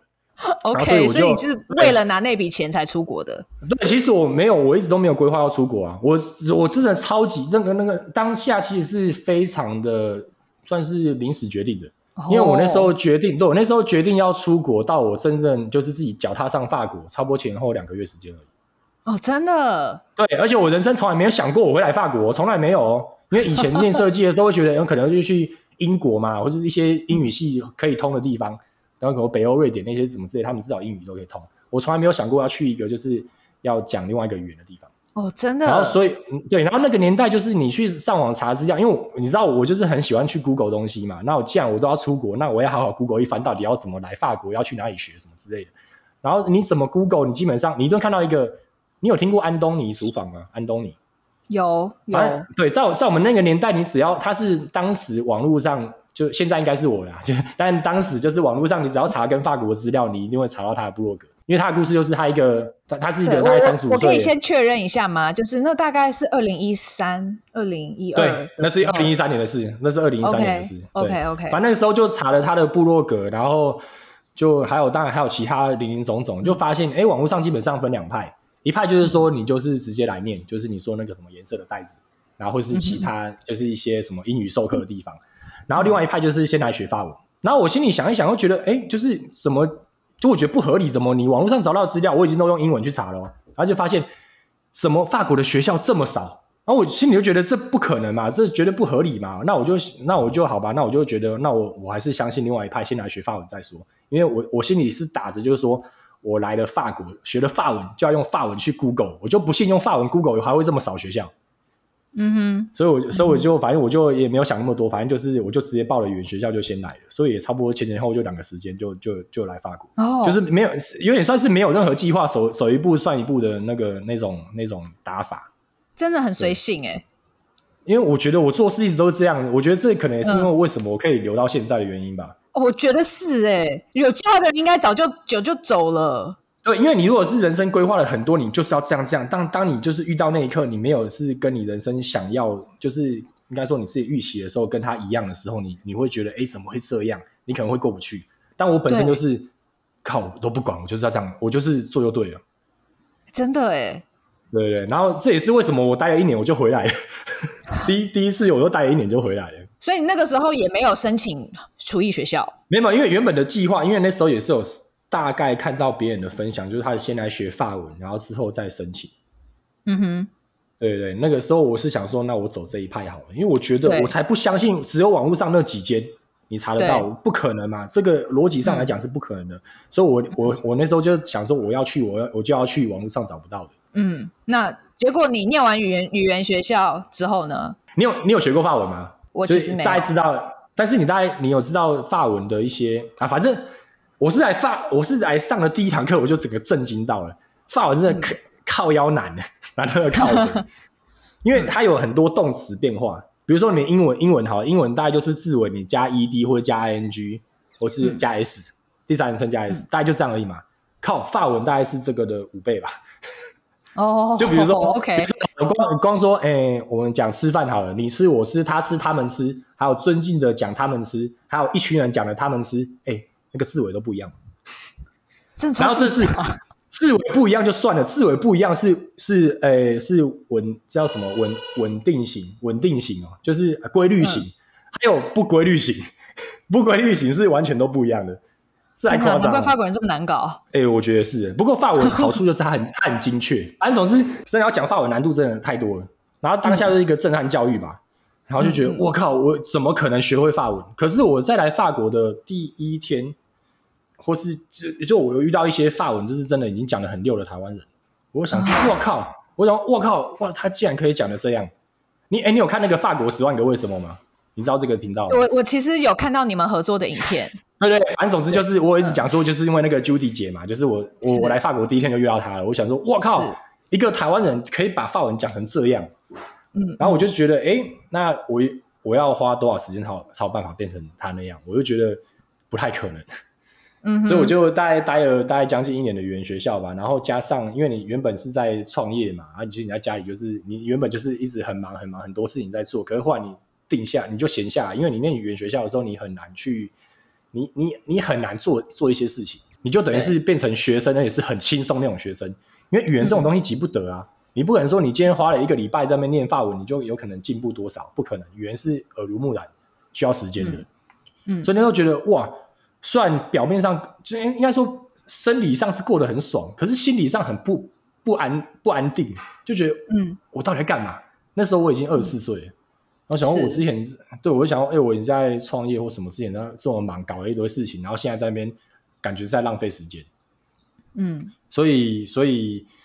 OK， 所以你是为了拿那笔钱才出国的？ 对，其实我没有，我一直都没有规划要出国啊。我我真的超级那个那个当下其实是非常的算是临时决定的，因为我那时候决定，对我那时候决定要出国，到我真正就是自己脚踏上法国，差不多前后两个月时间而已。 哦，真的？ 对，而且我人生从来没有想过我会来法国，从来没有哦。因为以前念设计的时候会觉得有可能就去英国嘛，或者一些英语系可以通的地方。然后可能北欧瑞典那些什么之类，他们至少英语都可以通。我从来没有想过要去一个就是要讲另外一个语言的地方。 哦，真的。 然后所以对，然后那个年代就是你去上网查资料，因为我你知道我就是很喜欢去 Google 东西嘛。那我既然我都要出国，那我要好好 Google 一番，到底要怎么来法国，要去哪里学什么之类的。然后你怎么 Google， 你基本上你一定看到一个，你有听过安东尼厨房吗？安东尼有有对，在在我们那个年代，你只要他是当时网络上。就现在应该是我啦，但当时就是网络上，你只要查跟法国的资料，你一定会查到他的部落格，因为他的故事就是他一个，他他是一个大概三十五岁。 我可以先确认一下吗？就是那大概是二零一三、二零一二， 对，那是二零一三年的事，那是二零一三年的事。 OK OK OK， 反正那个时候就查了他的部落格，然后就还有当然还有其他林林总总，就发现哎，网络上基本上分两派，一派就是说你就是直接来念，就是你说那个什么颜色的袋子，然后或是其他就是一些什么英语授课的地方。然后另外一派就是先来学法文，然后我心里想一想，又觉得，哎，就是怎么，就我觉得不合理，怎么你网络上找到的资料，我已经都用英文去查了，然后就发现，怎么法国的学校这么少？然后我心里就觉得这不可能嘛，这绝对不合理嘛。那我就那我就好吧，那我就觉得，那我我还是相信另外一派，先来学法文再说，因为我我心里是打着就是说我来了法国学了法文，就要用法文去 Google， 我就不信用法文 Google 还会这么少学校。 嗯哼， 所以我所以我就反正我就也没有想那么多，反正就是我就直接报了语言学校就先来了，所以也差不多前前后后就两个时间就就就来法国，哦，就是没有有点算是没有任何计划，走走一步算一步的那个那种那种打法， 真的很随性哎。 因为我觉得我做事一直都是这样，我觉得这可能也是因为为什么我可以留到现在的原因吧。 嗯、我觉得是哎，有计划的人应该早就久就走了。 对，因为你如果是人生规划了很多，你就是要这样这样。当当你就是遇到那一刻，你没有是跟你人生想要，就是应该说你自己预期的时候跟他一样的时候，你你会觉得，哎，怎么会这样？你可能会过不去。但我本身就是靠我都不管，我就是要这样，我就是做就对了。 真的哎， 对对。然后这也是为什么我待了一年我就回来了。第一第一次我都待了一年就回来了。 所以你那个时候也没有申请厨艺学校？ 没有，因为原本的计划，因为那时候也是有。大概看到别人的分享，就是他先来学法文，然后之后再申请。 嗯哼， 对对，那个时候我是想说，那我走这一派好了，因为我觉得我才不相信只有网络上那几间你查得到，不可能嘛，这个逻辑上来讲是不可能的。嗯、所以我我我那时候就想说，我要去，我要我就要去网络上找不到的。 嗯，那结果你念完语言语言学校之后呢？ 你有你有学过法文吗？ 我其实没有， 大概知道，但是你大概你有知道法文的一些啊，反正。我是来法，我是来上的第一堂课，我就整个震惊到了。法文真的靠腰难的，难得靠的，因为它有很多动词变化。比如说你英文，英文好，英文大概就是字尾你加 ed 或者加 ing， 或是加 s，、嗯、第三人称加 s，、嗯、大概就这样而已嘛。靠，法文大概是这个的五倍吧。 哦， 就比如说 ，OK， 我光光说，哎、欸，我们讲吃饭好了，你吃我吃他吃他们吃，还有尊敬的讲他们吃，还有一群人讲的他们吃，哎、欸。那个字尾都不一样，然后这是字尾不一样就算了，字尾不一样是是呃是稳叫什么稳稳定型稳定型哦，就是规律型，嗯、还有不规律型，不规律型是完全都不一样的，这还夸张。 难怪法国人这么难搞。 哎、欸，我觉得是，不过法文好处就是它很它很精确，反正总之真的要讲法文难度真的太多了，然后当下就是一个震撼教育吧。嗯然后就觉得我、嗯、靠，我怎么可能学会法文？可是我在来法国的第一天，或是就就我有遇到一些法文，就是真的已经讲得很溜的台湾人，我想说，我靠，我想我靠，哇，他竟然可以讲得这样。你哎，你有看那个法国十万个为什么吗？你知道这个频道吗？ 我我其实有看到你们合作的影片。 对对，反正总之就是我一直讲说，就是因为那个 Judy 姐嘛，就是我我我来法国第一天就遇到她了，我想说，我靠，一个台湾人可以把法文讲成这样。嗯，然后我就觉得，哎，那我我要花多少时间才才有办法变成他那样？我就觉得不太可能。嗯，所以我就大概待了大概将近一年的语言学校吧，然后加上因为你原本是在创业嘛，啊，其实你在家里就是你原本就是一直很忙很忙，很多事情在做，可是后来你定下你就闲下来，因为你念语言学校的时候，你很难去，你你你很难做做一些事情，你就等于是变成学生，而且是很轻松那种学生，因为语言这种东西急不得啊。嗯，你不可能说你今天花了一个礼拜在那边念法文，你就有可能进步多少？不可能，语言是耳濡目染，需要时间的。嗯，嗯所以那时候觉得哇，虽然表面上就应该说生理上是过得很爽，可是心理上很不不安不安定，就觉得嗯，我到底在干嘛？那时候我已经二十四岁了，然后想说我之前对我就想说，哎、欸，我已经在创业或什么之前这么忙，搞了一堆事情，然后现在在那边感觉是在浪费时间。嗯，所以所以。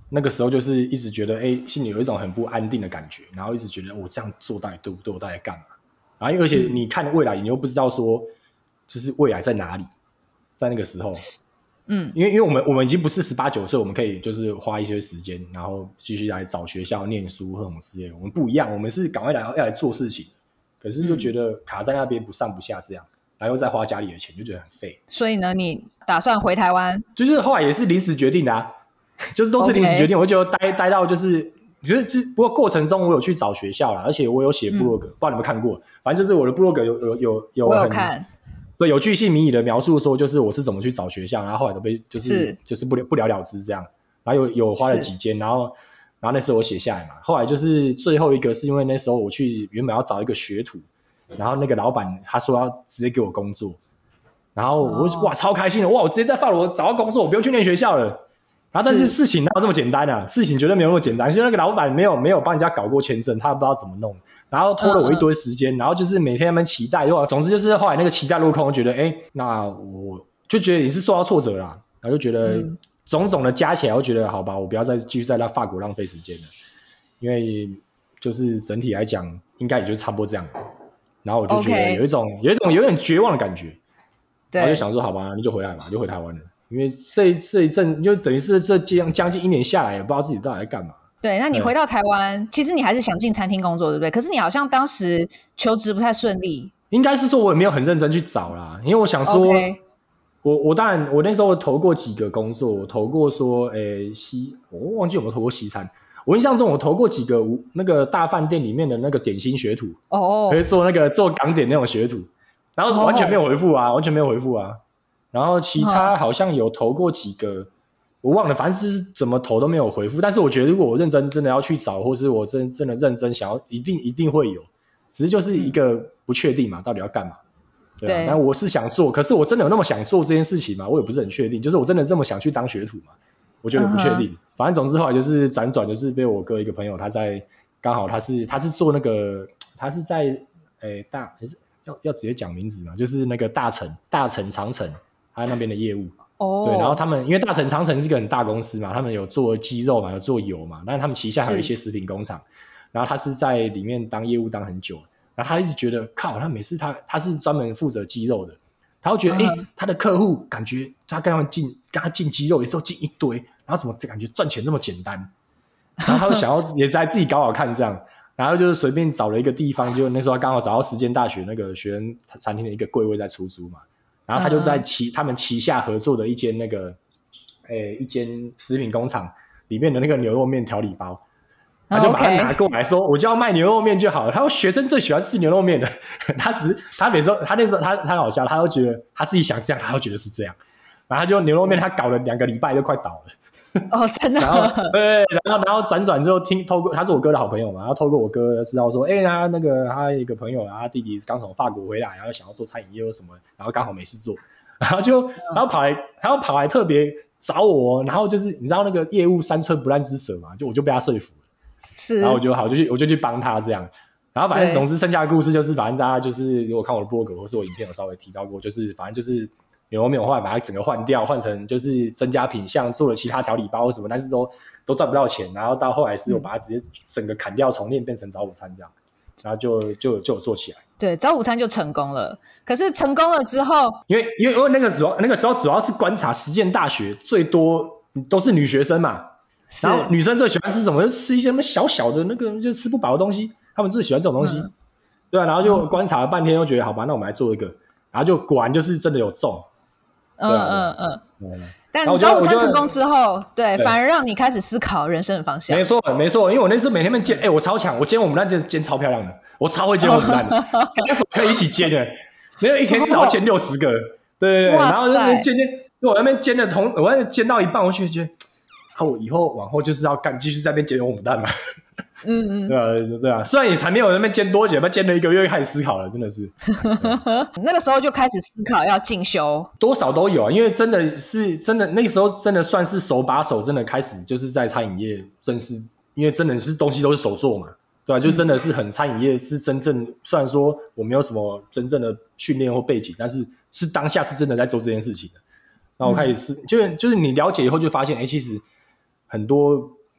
那个时候就是一直觉得，哎，心里有一种很不安定的感觉，然后一直觉得我、哦、这样做到底对不对？我到底在干嘛？然后而且你看未来，你又不知道说，就是未来在哪里，在那个时候，嗯，因为因为我们我们已经不是十八九岁，我们可以就是花一些时间，然后继续来找学校念书或什么之类的。我们不一样，我们是赶快来要来做事情，可是就觉得卡在那边不上不下这样。然后又再花家里的钱，就觉得很废。 所以呢，你打算回台湾？ 就是后来也是临时决定的啊，就是都是临时决定。Okay. 我就待待到就是，觉得是不过过程中我有去找学校啦，而且我有写部落格，嗯、不知道你们看过。反正就是我的部落格有有有有我有看， 对，有巨细靡遗的描述说，就是我是怎么去找学校，然后后来都被就是是就是不了不了了之这样。然后有有花了几间，然后然后那时候我写下来嘛。后来就是最后一个是因为那时候我去原本要找一个学徒。然后那个老板他说要直接给我工作，然后我、哦、哇超开心的，哇我直接在法国找到工作，我不用去念学校了。然后但是事情哪有这么简单啊？事情绝对没有那么简单，因为那个老板没有没有帮人家搞过签证，他不知道怎么弄，然后拖了我一堆时间，嗯嗯然后就是每天他们期待，总之就是后来那个期待落空，我觉得哎，那我就觉得也是受到挫折啦，然后就觉得种种的加起来，我觉得好吧，我不要再继续在那法国浪费时间了，因为就是整体来讲，应该也就差不多这样。然后我就觉得有一种、okay. 有一种有点绝望的感觉，然后就想说好吧，那就回来吧，就回台湾了。因为这这一阵就等于是这将将近一年下来，也不知道自己到底在干嘛。 对，那你回到台湾，其实你还是想进餐厅工作，对不对？可是你好像当时求职不太顺利。 应该是说我也没有很认真去找啦，因为我想说， okay. 我我当然我那时候投过几个工作，我投过说，诶西，我忘记有没有投过西餐。我印象中我投过几个那个大饭店里面的那个点心学徒哦，可以做那个做港点那种学徒，然后完全没有回复啊、哦、完全没有回复啊。然后其他好像有投过几个、哦、我忘了，反正是怎么投都没有回复。但是我觉得如果我认真真的要去找，或是我真真的认真想要，一定一定会有，只是就是一个不确定嘛，到底要干嘛。对啊，但我是想做，可是我真的有那么想做这件事情吗？我也不是很确定，就是我真的这么想去当学徒嘛，我觉得不确定、uh-huh. 反正总之后来就是辗转，就是被我哥一个朋友，他在刚好他是他是做那个他是在诶大要要直接讲名字嘛，就是那个大成大成长城他那边的业务哦、oh. 对，然后他们因为大成长城是一个很大公司嘛，他们有做鸡肉嘛，有做油嘛，但是他们旗下还有一些食品工厂，然后他是在里面当业务当很久，然后他一直觉得靠，他每次他他是专门负责鸡肉的。他会觉得，哎、uh-huh. 欸，他的客户感觉他跟他们进，跟他进鸡肉也是都进一堆，然后怎么感觉赚钱这么简单？然后他就想要也是来自己搞搞看这样，然后就是随便找了一个地方，就那时候他刚好找到实践大学那个学生餐厅的一个柜位在出租嘛，然后他就在旗、uh-huh. 他们旗下合作的一间那个，诶、欸，一间食品工厂里面的那个牛肉面调理包。他就把它拿过来说， okay. 我就要卖牛肉面就好了。他说学生最喜欢吃牛肉面的，他只是他每次他那时候他他好笑，他都觉得他自己想这样，他都觉得是这样。然后他就牛肉面，他搞了两个礼拜就快倒了。 哦，真的。 然后对，然后然后辗转之后听透过他是我哥的好朋友嘛，然后透过我哥知道说，哎、欸，他那个他一个朋友啊，他弟弟刚从法国回来，然后想要做餐饮业或什么，然后刚好没事做，然后就然后跑来，然后跑来特别找我，然后就是你知道那个业务三寸不烂之舌嘛，就我就被他说服了。是，然后我就好，就去我就去帮他这样，然后反正总之剩下的故事就是，反正大家就是如果看我的blog或是我影片有稍微提到过，就是反正就是牛肉面我后来把它整个换掉，换成就是增加品项，做了其他调理包或什么，但是都都赚不到钱，然后到后来是我把它直接整个砍掉重练变成早午餐这样，然后就就就有做起来。对， 早午餐就成功了。可是成功了之后， 因为因为因为那个时候那个时候主要是观察实践大学最多都是女学生嘛。然后女生最喜欢吃什么？就吃一些什么小小的那个就吃不饱的东西，她们最喜欢这种东西，嗯、对啊。然后就观察了半天，就觉得好吧，那我们来做一个，然后就果然就是真的有中， 嗯嗯嗯嗯。但早午餐成功之后，对，反而让你开始思考人生的方向。 没错没错，因为我那时候每天们煎，哎、欸，我超强，我煎我们蛋煎煎超漂亮的，我超会煎我们蛋的，那时候可以一起煎的，没有一天至少煎六十个，对对对，然后那边煎煎，我那边煎的同，我那边煎到一半，我就觉得。我以后往后就是要干，继续在那边煎牛母蛋嘛，嗯嗯，对啊对啊，虽然也才没有在那边煎多久，那煎了一个月开始思考了，真的是， 那个时候就开始思考要进修， 多少都有啊，因为真的是真的那个时候真的算是手把手，真的开始就是在餐饮业正式，因为真的是东西都是手做嘛，对吧、啊？就真的是很餐饮业是真正，虽然说我没有什么真正的训练或背景，但是是当下是真的在做这件事情的。然后我开始是、嗯、就就是你了解以后就发现，哎，其实。很多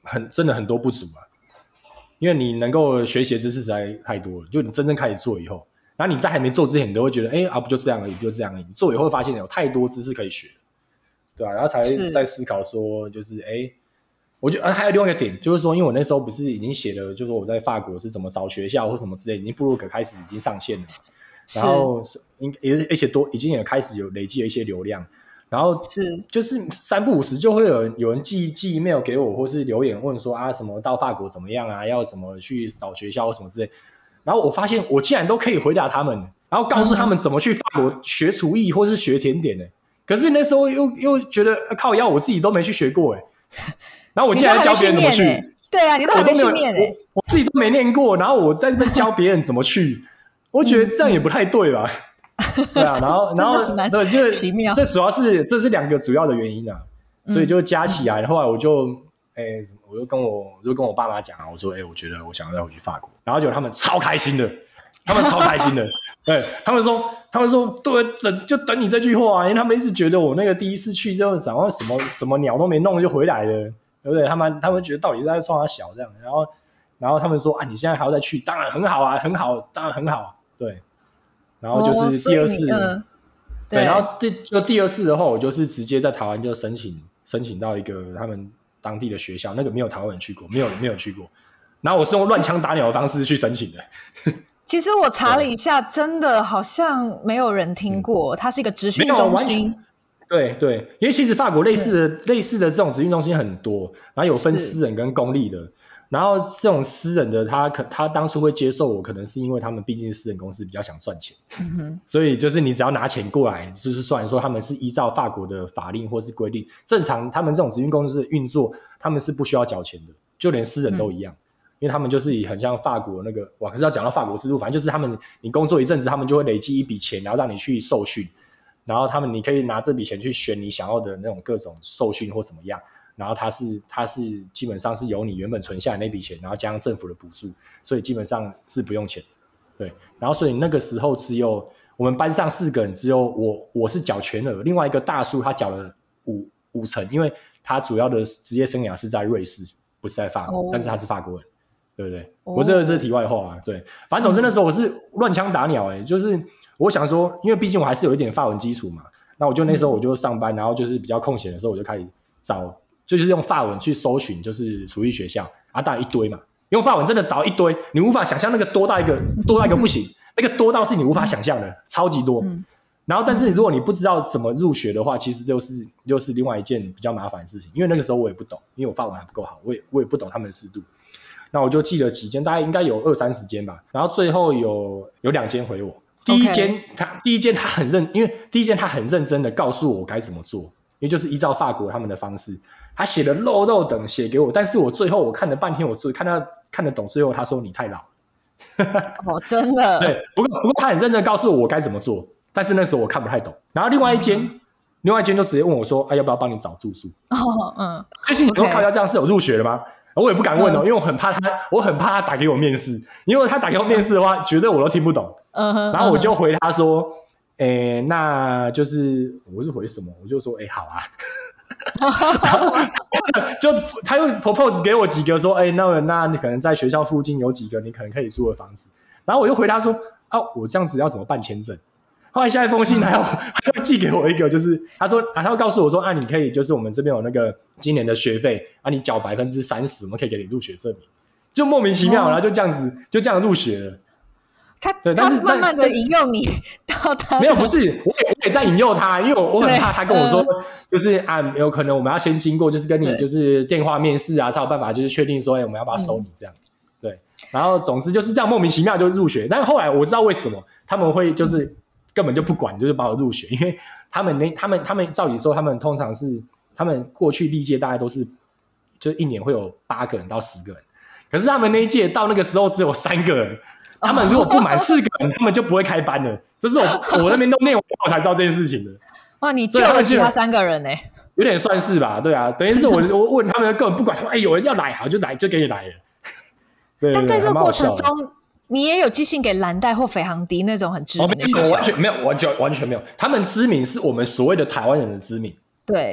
很真的很多不足啊，因为你能够学习的知识实在太多了，就你真正开始做以后，然后你在还没做之前，你都会觉得，哎啊，不就这样而已，不就这样而已。你做以后会发现有太多知识可以学，对吧、啊？然后才在思考说，就是哎，我觉得、啊、还有另外一个点，就是说，因为我那时候不是已经写了，就是说我在法国是怎么找学校或什么之类，已经部落格开始已经上线了，然后也而且多已经也开始有累积了一些流量。然后是就是三不五时就会有人有人寄寄 email 给我，或是留言问说啊什么到法国怎么样啊，要怎么去找学校或什么之类。然后我发现我竟然都可以回答他们，然后告诉他们怎么去法国学厨艺或是学甜点呢、欸。可是那时候又又觉得靠腰，我自己都没去学过哎、欸。然后我竟然教别人怎么去， 欸、对啊，你都还没训练哎， 我自己都没念过，然后我在这边教别人怎么去，我觉得这样也不太对吧？对啊，然后然后对，就是奇妙，这主要是这是两个主要的原因啊，所以就加起来。嗯、后来我就哎、欸，我就跟我我就跟我爸妈讲啊，我说哎、欸，我觉得我想要再回去法国，然后就他们超开心的，他们超开心的，对他们说他们说对，等就等你这句话啊，因为他们一直觉得我那个第一次去就然后什么什么鸟都没弄就回来了，对不对？他们他们觉得到底是在冲他小这样，然后然后他们说啊，你现在还要再去，当然很好啊，很好，当然很好，对。然后就是第二次，哦对, 对，然后第就第二次的话，我就是直接在台湾就申请申请到一个他们当地的学校，那个没有台湾人去过，没有没有去过。然后我是用乱枪打鸟的方式去申请的。 其实我查了一下，真的好像没有人听过，嗯、它是一个职训中心。 对对，因为其实法国类似的类似的这种职训中心很多，然后有分私人跟公立的。然后这种私人的他可他当初会接受我，可能是因为他们毕竟是私人公司比较想赚钱、嗯、所以就是你只要拿钱过来，就是虽然说他们是依照法国的法令或是规定，正常他们这种职训公司的运作他们是不需要缴钱的，就连私人都一样、嗯、因为他们就是以很像法国那个，哇，可是要讲到法国制度，反正就是他们你工作一阵子他们就会累积一笔钱，然后让你去受训，然后他们你可以拿这笔钱去选你想要的那种各种受训或怎么样，然后它是它是基本上是由你原本存下的那笔钱，然后加上政府的补助，所以基本上是不用钱。对，然后所以那个时候只有我们班上四个人，只有我我是缴全额，另外一个大叔他缴了五五成，因为他主要的职业生涯是在瑞士，不是在法国， oh. 但是他是法国人，对不对？ Oh. 我这个是题外话啊，对，反正总之那时候我是乱枪打鸟、欸，就是我想说，因为毕竟我还是有一点法文基础嘛，那我就那时候我就上班，然后就是比较空闲的时候，我就开始找。就是用法文去搜寻，就是厨艺学校啊，当然一堆嘛。用法文真的找一堆，你无法想象那个多到一个多到一个不行，那个多到是你无法想象的，超级多。然后，但是如果你不知道怎么入学的话，其实就是又是另外一件比较麻烦的事情。因为那个时候我也不懂，因为我法文还不够好，我也我也不懂他们的适度。那我就记了几间，大概应该有二三十间吧。然后最后有有两间回我，第一间他、okay. 第一间他很认，因为第一间他很认真的告诉我该怎么做，因为就是依照法国他们的方式。他写了漏漏等写给我，但是我最后我看了半天，我最看他看得懂，最后他说你太老。 哦，真的。 对，不过不过他很认真告诉我我该怎么做，但是那时候我看不太懂。然后另外一间、嗯，另外一间就直接问我说，哎、啊，要不要帮你找住宿？ 哦，嗯， 就是你说靠腰这样是有入学了吗？我也不敢问哦，嗯、因为我很怕他，我很怕他打给我面试，因为他打给我面试的话，绝对我都听不懂。嗯哼。然后我就回他说，哎、欸，那就是我是回什么？我就说，哎、欸，好啊。然后就他又 propose 给我几个说，哎、欸，那那你可能在学校附近有几个你可能可以租的房子，然后我又回他说，啊，我这样子要怎么办签证？后来下一封信还要他又寄给我一个，就是他说啊，他会告诉我说，啊，你可以就是我们这边有那个今年的学费啊，你缴百分之三十，我们可以给你入学证明，就莫名其妙，然后就这样子就这样入学了。 他他慢慢的引诱你到他没有不是，我也我也在引诱他，因为我我很怕他跟我说，就是啊，有可能我们要先经过，就是跟你就是电话面试啊，才有办法就是确定说，哎、欸，我们要不要收你这样、嗯，对。然后总之就是这样莫名其妙就入学，但是后来我知道为什么他们会就是根本就不管，就是把我入学，因为他们那他们他们照理说他们通常是他们过去历届大概都是就一年会有八个人到十个人，可是他们那一届到那个时候只有三个人。他们如果不满四个人，他们就不会开班了。这是我我那边都念完我才知道这件事情的。 哇，你救了其他三个人呢、欸？ 有点算是吧，对啊，等于是我我问他们根本不管，哎、欸，有人要来好就来，就给你来了。对对对， 但在这个过程中，你也有寄信给蓝带或斐航迪那种很知名的学校、 哦、完全没有，完全完全没有。他们知名是我们所谓的台湾人的知名。 对。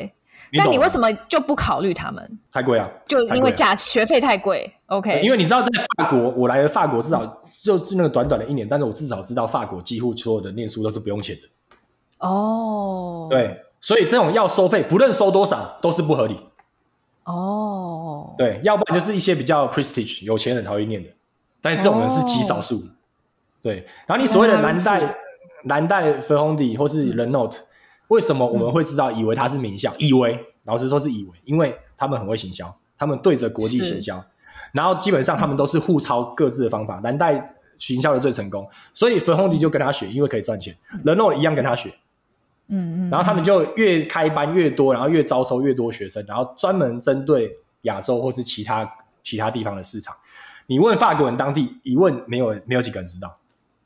但你为什么就不考虑他们？ 太贵啊， 就因为价学费太贵。OK， 因为你知道在法国，我来了法国至少就那个短短的一年，但是我至少知道法国几乎所有的念书都是不用钱的。 哦， 对，所以这种要收费，不论收多少都是不合理。 哦， 对，要不然就是一些比较 prestige 有钱人才会念的，但是这种人是极少数。哦、对，然后你所谓的蓝带、蓝带 Ferhondi 或是 Renault，、嗯、为什么我们会知道？以为它是名校，以为老实说是以为，因为他们很会行销，他们对着国际行销，然后基本上他们都是互抄各自的方法，蓝带行销的最成功，所以 Ferhondi 就跟他学，因为可以赚钱、嗯、，Renault 一样跟他学。嗯嗯，然后他们就越开班越多，然后越招收越多学生，然后专门针对亚洲或是其他其他地方的市场。你问法国人当地一问，没有没有几个人知道。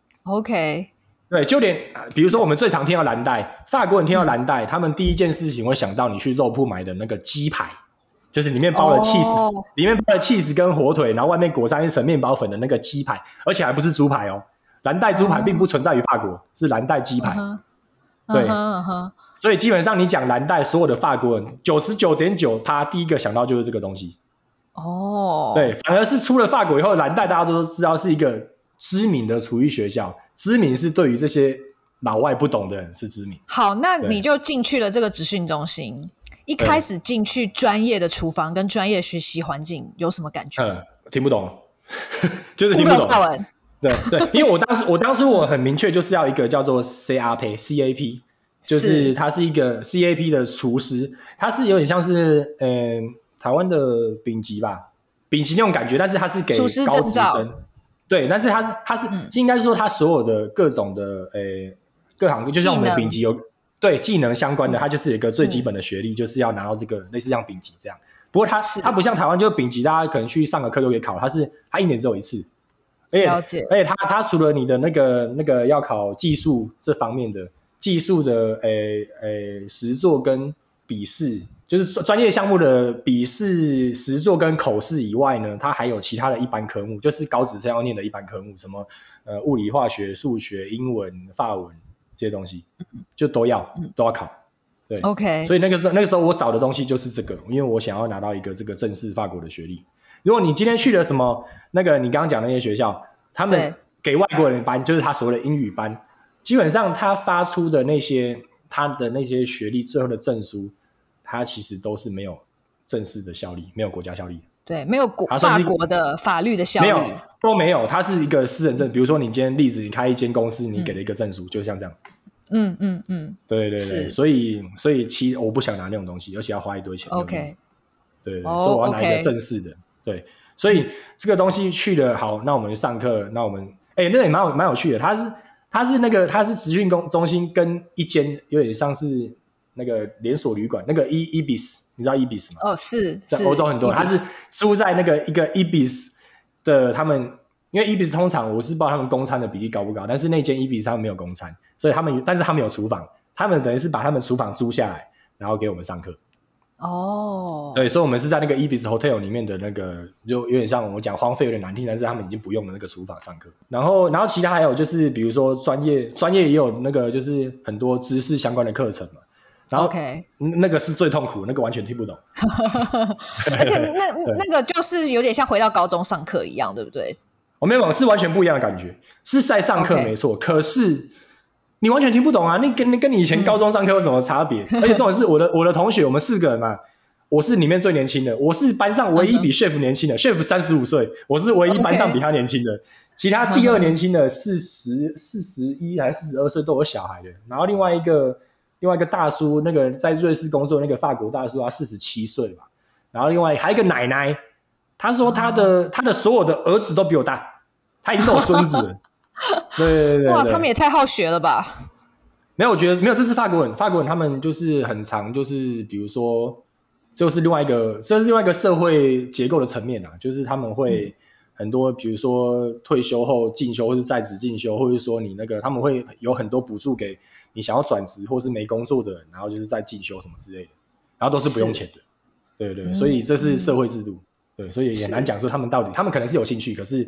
OK， 对，就连比如说我们最常听到蓝带，法国人听到蓝带、嗯，他们第一件事情会想到你去肉铺买的那个鸡排，就是里面包了 cheese，、哦、里面包了 cheese 跟火腿，然后外面裹上一层面包粉的那个鸡排，而且还不是猪排哦。蓝带猪排并不存在于法国，哦、是蓝带鸡排。嗯对， uh-huh, uh-huh. 所以基本上你讲蓝带，所有的法国人 九十九点九 他第一个想到就是这个东西。哦、oh. 对，反而是出了法国以后，蓝带大家都知道是一个知名的厨艺学校，知名是对于这些老外不懂的人是知名。 好，那你就进去了这个职训中心，一开始进去专业的厨房跟专业学习环境有什么感觉？ 嗯，听不懂就是听不懂听不懂法文。 对对，因为我当时我当时我很明确就是要一个叫做 C A P C A P， 就是他是一个 C A P 的厨师，他是有点像是嗯、呃、台湾的丙级吧，丙级那种感觉，但是他是给高职生，对，但是他是他是、嗯、应该是说他所有的各种的呃各行，就像我们的丙级有对技能相关的，他就是有一个最基本的学历，嗯、就是要拿到这个类似像丙级这样。不过他他不像台湾就是丙级，大家可能去上个课就可以考，他是他一年只有一次。而且，而且他他除了你的那个那个要考技术这方面的技术的诶诶实作跟笔试，就是专业项目的笔试、实作跟口试以外呢，他还有其他的一般科目，就是高职生要念的一般科目，什么呃物理、化学、数学、英文、法文这些东西，就都要都要考。对 ，OK。 所以那个时候那个时候我找的东西就是这个，因为我想要拿到一个这个正式法国的学历。如果你今天去了什么那个你刚刚讲的那些学校，他们给外国人班，就是他所谓的英语班，基本上他发出的那些他的那些学历最后的证书，他其实都是没有正式的效力，没有国家效力。 对，没有国法国的法律的效力， 没有都没有，它是一个私人证。比如说你今天例子，你开一间公司，你给了一个证书，嗯、就像这样。嗯嗯嗯，对对对，所以所以其实我不想拿那种东西，而且要花一堆钱。 OK， 对对， oh, 所以我要拿一个正式的。Okay. 对，所以这个东西去了，好，那我们就上课，那我们哎、欸，那也蛮有蛮有趣的。它是它是那个它是职训中心跟一间有点像是那个连锁旅馆，那个 Ibis， 你知道 Ibis 吗？ 哦，是， 在欧洲很多，它是住在那个一个 Ibis 的他们。因为 Ibis 通常我是不知道他们公餐的比例高不高，但是那间 Ibis 他们没有公餐，所以他们但是他们有厨房，他们等于是把他们厨房租下来，然后给我们上课。哦，对，所以我们是在那个 Ibis Hotel 里面的那个，就有点像我讲荒废有点难听，但是他们已经不用的那个厨房上课。然后，然后其他还有就是比如说专业专业也有那个就是很多知识相关的课程嘛。然后 OK， 那个是最痛苦，那个完全听不懂。 而且那那个就是有点像回到高中上课一样，对不对？ 我、哦、没有，是完全不一样的感觉，是在上课没错， okay. 可是你完全听不懂啊！你跟你跟你以前高中上课有什么差别？嗯、而且重点是我的我的同学，我们四个人嘛，我是里面最年轻的，我是班上唯一比 chef 年轻的、嗯、chef 三十五岁，我是唯一班上比他年轻的， okay. 其他第二年轻的四十四十一还是四十二岁都有小孩的，然后另外一个另外一个大叔，那个在瑞士工作那个法国大叔，他四十七岁吧，然后另外还有一个奶奶，他说他的、嗯、他的所有的儿子都比我大。他已经都有孙子了，对对 对, 对， 哇，他们也太好学了吧？ 没有，我觉得没有，这是法国人，法国人他们就是很常，就是比如说，就是另外一个，这是另外一个社会结构的层面啊，就是他们会很多，比如说退休后进修，或是在职进修，或者说你那个他们会有很多补助给你想要转职或是没工作的人，然后就是在进修什么之类的，然后都是不用钱的，对对对、嗯，所以这是社会制度，对，所以也难讲说他们到底，他们可能是有兴趣，可是。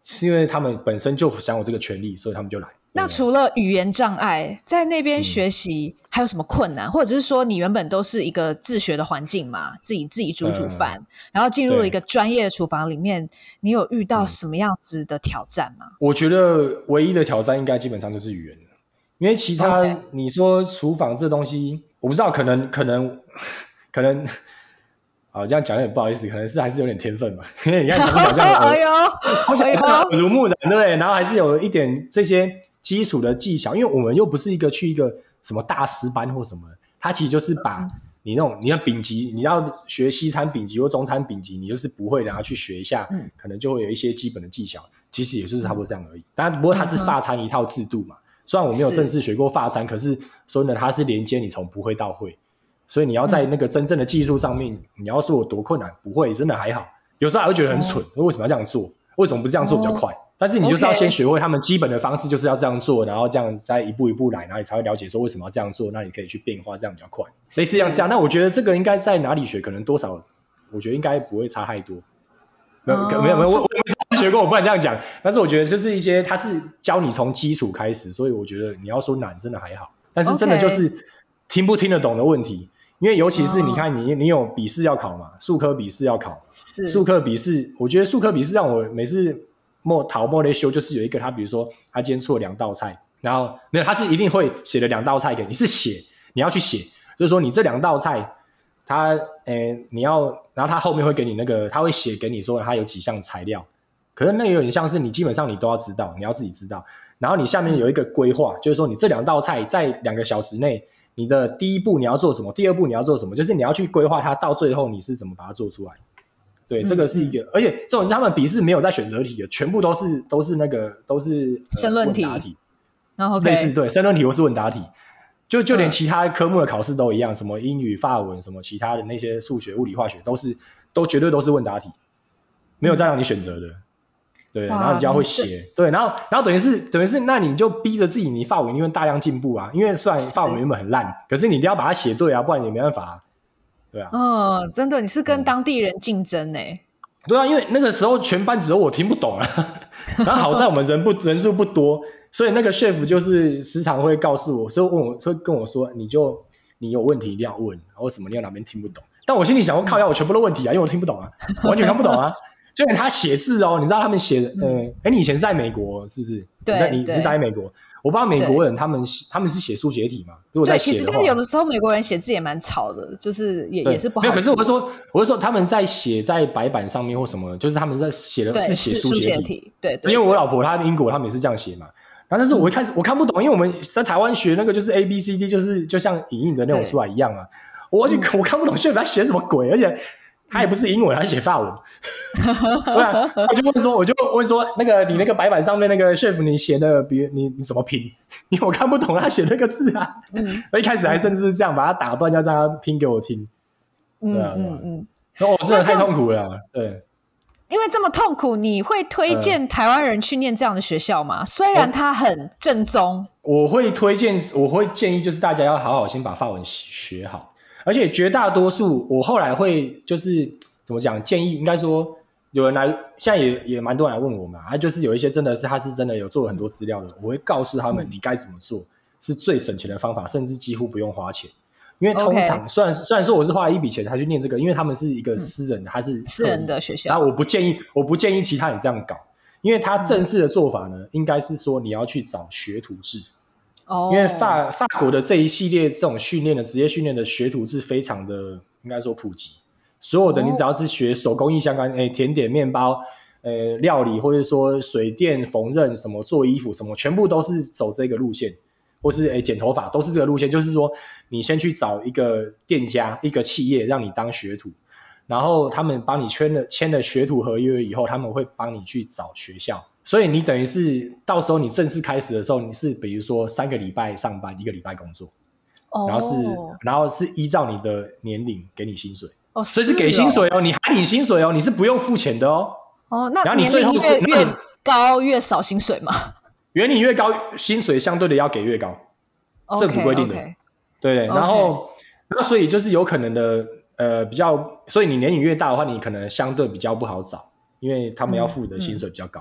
是因为他们本身就享有这个权利，所以他们就来。 那除了语言障碍，在那边学习还有什么困难？嗯、或者是说，你原本都是一个自学的环境嘛，自己自己煮煮饭，嗯、然后进入了一个专业的厨房里面，你有遇到什么样子的挑战吗？ 我觉得唯一的挑战应该基本上就是语言，因为其他、okay. 你说厨房这东西，我不知道，可能可能可能。好，这样讲有点不好意思，可能是还是有点天分嘛。因为你看从小这样，哎呦，从小这样耳濡目染，对不对？然后还是有一点这些基础的技巧，因为我们又不是一个去一个什么大师班或什么，它其实就是把你那种你要丙级，你要学西餐丙级或中餐丙级，你就是不会，然后去学一下，嗯、可能就会有一些基本的技巧，其实也就是差不多这样而已。当然，不过它是法餐一套制度嘛，虽然我没有正式学过法餐，可是所以呢，它是连接你从不会到会。所以你要在那个真正的技术上面、嗯、你要说有多困难，不会，真的还好。有时候还会觉得很蠢、哦、为什么要这样做，为什么不这样做比较快、哦、但是你就是要先学会他们基本的方式，就是要这样做，然后这样再一步一步来，然后你才会了解说为什么要这样做，那你可以去变化，这样比较快，类似像这样。那我觉得这个应该在哪里学，可能多少我觉得应该不会差太多。没有、哦、没有没有，我我没学过，我不敢这样讲。但是我觉得就是一些他是教你从基础开始，所以我觉得你要说难真的还好，但是真的就是听不听得懂的问题。因为尤其是你看你，你有笔试要考嘛，术科笔试要考，术科笔试，我觉得术科笔试让我每次末考末类修，就是有一个他，比如说他今天出了两道菜，然后没有，他是一定会写了两道菜给你，是写你要去写，就是说你这两道菜，他诶你要，然后他后面会给你那个，他会写给你说他有几项材料，可是那有点像是你基本上你都要知道，你要自己知道，然后你下面有一个规划，就是说你这两道菜在两个小时内。你的第一步你要做什么，第二步你要做什么，就是你要去规划它，到最后你是怎么把它做出来。对，这个是一个、嗯、而且这种是他们笔试没有在选择题的，全部都是都是那个都是申论题、 呃、问答题， 然后、okay. 类似对申论题或是问答题，就就连其他科目的考试都一样、嗯、什么英语法文什么其他的那些数学物理化学都是都绝对都是问答题，没有再让你选择的、嗯对，然后你就要会写，对，然后然后等于是等于是，那你就逼着自己，你法文一定会大量进步啊，因为虽然法文原本很烂，可是你一定要把它写对啊，不然你没办法、啊，对啊。 哦，真的，你是跟当地人竞争哎、欸。 对啊，因为那个时候全班只有我听不懂啊，然后好在我们人不人数不多，所以那个 chef 就是时常会告诉我，所以问我会跟我说，你就你有问题一定要问，然后什么你要哪边听不懂，但我心里想说靠腰，我全部都问题啊，因为我听不懂啊，我完全看不懂啊。就连他写字哦，你知道他们写的，嗯，哎、呃，你以前是在美国是不是？ 对， 你, 你是在美国，我不知道美国人他们他们是写书写体嘛？如果在写的话， 对，其实有的时候美国人写字也蛮吵的，就是也也是不好。 没有，可是我是说，我是说他们在写在白板上面或什么，就是他们在写的是写书写体， 对 对, 对。 因为我老婆她英国，他们也是这样写嘛。然后但是我一开始、嗯、我看不懂，因为我们在台湾学那个就是 A B C D， 就是就像影印的那种出来一样啊，我就、嗯、我看不懂，chef他写什么鬼，而且。他也不是英文，他写法文。对啊，我就问说，我就问说，那个你那个白板上面那个 chef， 你写的，比如你你怎么拼？因为我看不懂他写那个字啊。嗯，我一开始还甚至是这样把他打断，要让他拼给我听。 嗯嗯嗯， 我、嗯嗯、真的太痛苦了。对， 因为这么痛苦，你会推荐台湾人去念这样的学校吗？虽然它很正宗， 我会推荐，我会建议，就是大家要好好先把法文学好。而且绝大多数，我后来会就是怎么讲，建议应该说有人来，现在也也蛮多人来问我嘛，啊，就是有一些真的是他是真的有做很多资料的，我会告诉他们你该怎么做、嗯、是最省钱的方法，甚至几乎不用花钱。因为通常、okay. 虽然虽然说我是花了一笔钱才去念这个，因为他们是一个私人的，他、嗯、是私人的学校， 然后我不建议我不建议其他人这样搞，因为他正式的做法呢，嗯、应该是说你要去找学徒制。因为法法国的这一系列这种训练的职业训练的学徒制非常的应该说普及，所有的你只要是学手工艺相关，诶，甜点、面包、呃料理，或者说水电、缝纫什么做衣服什么，全部都是走这个路线，或是诶剪头发都是这个路线，就是说你先去找一个店家、一个企业让你当学徒，然后他们帮你签了签了学徒合约以后，他们会帮你去找学校。所以你等于是到时候你正式开始的时候，你是比如说三个礼拜上班，一个礼拜工作，哦、然后是然后是依照你的年龄给你薪水，哦，所以是给薪水哦，你还领薪水哦，你是不用付钱的哦。 哦，那然后你最后年龄越越高越少薪水吗？年龄越高，薪水相对的要给越高， okay, 政府规定的， okay, 对对。然后，那、okay. 所以就是有可能的，呃，比较，所以你年龄越大的话，你可能相对比较不好找，因为他们要付的薪水比较高。嗯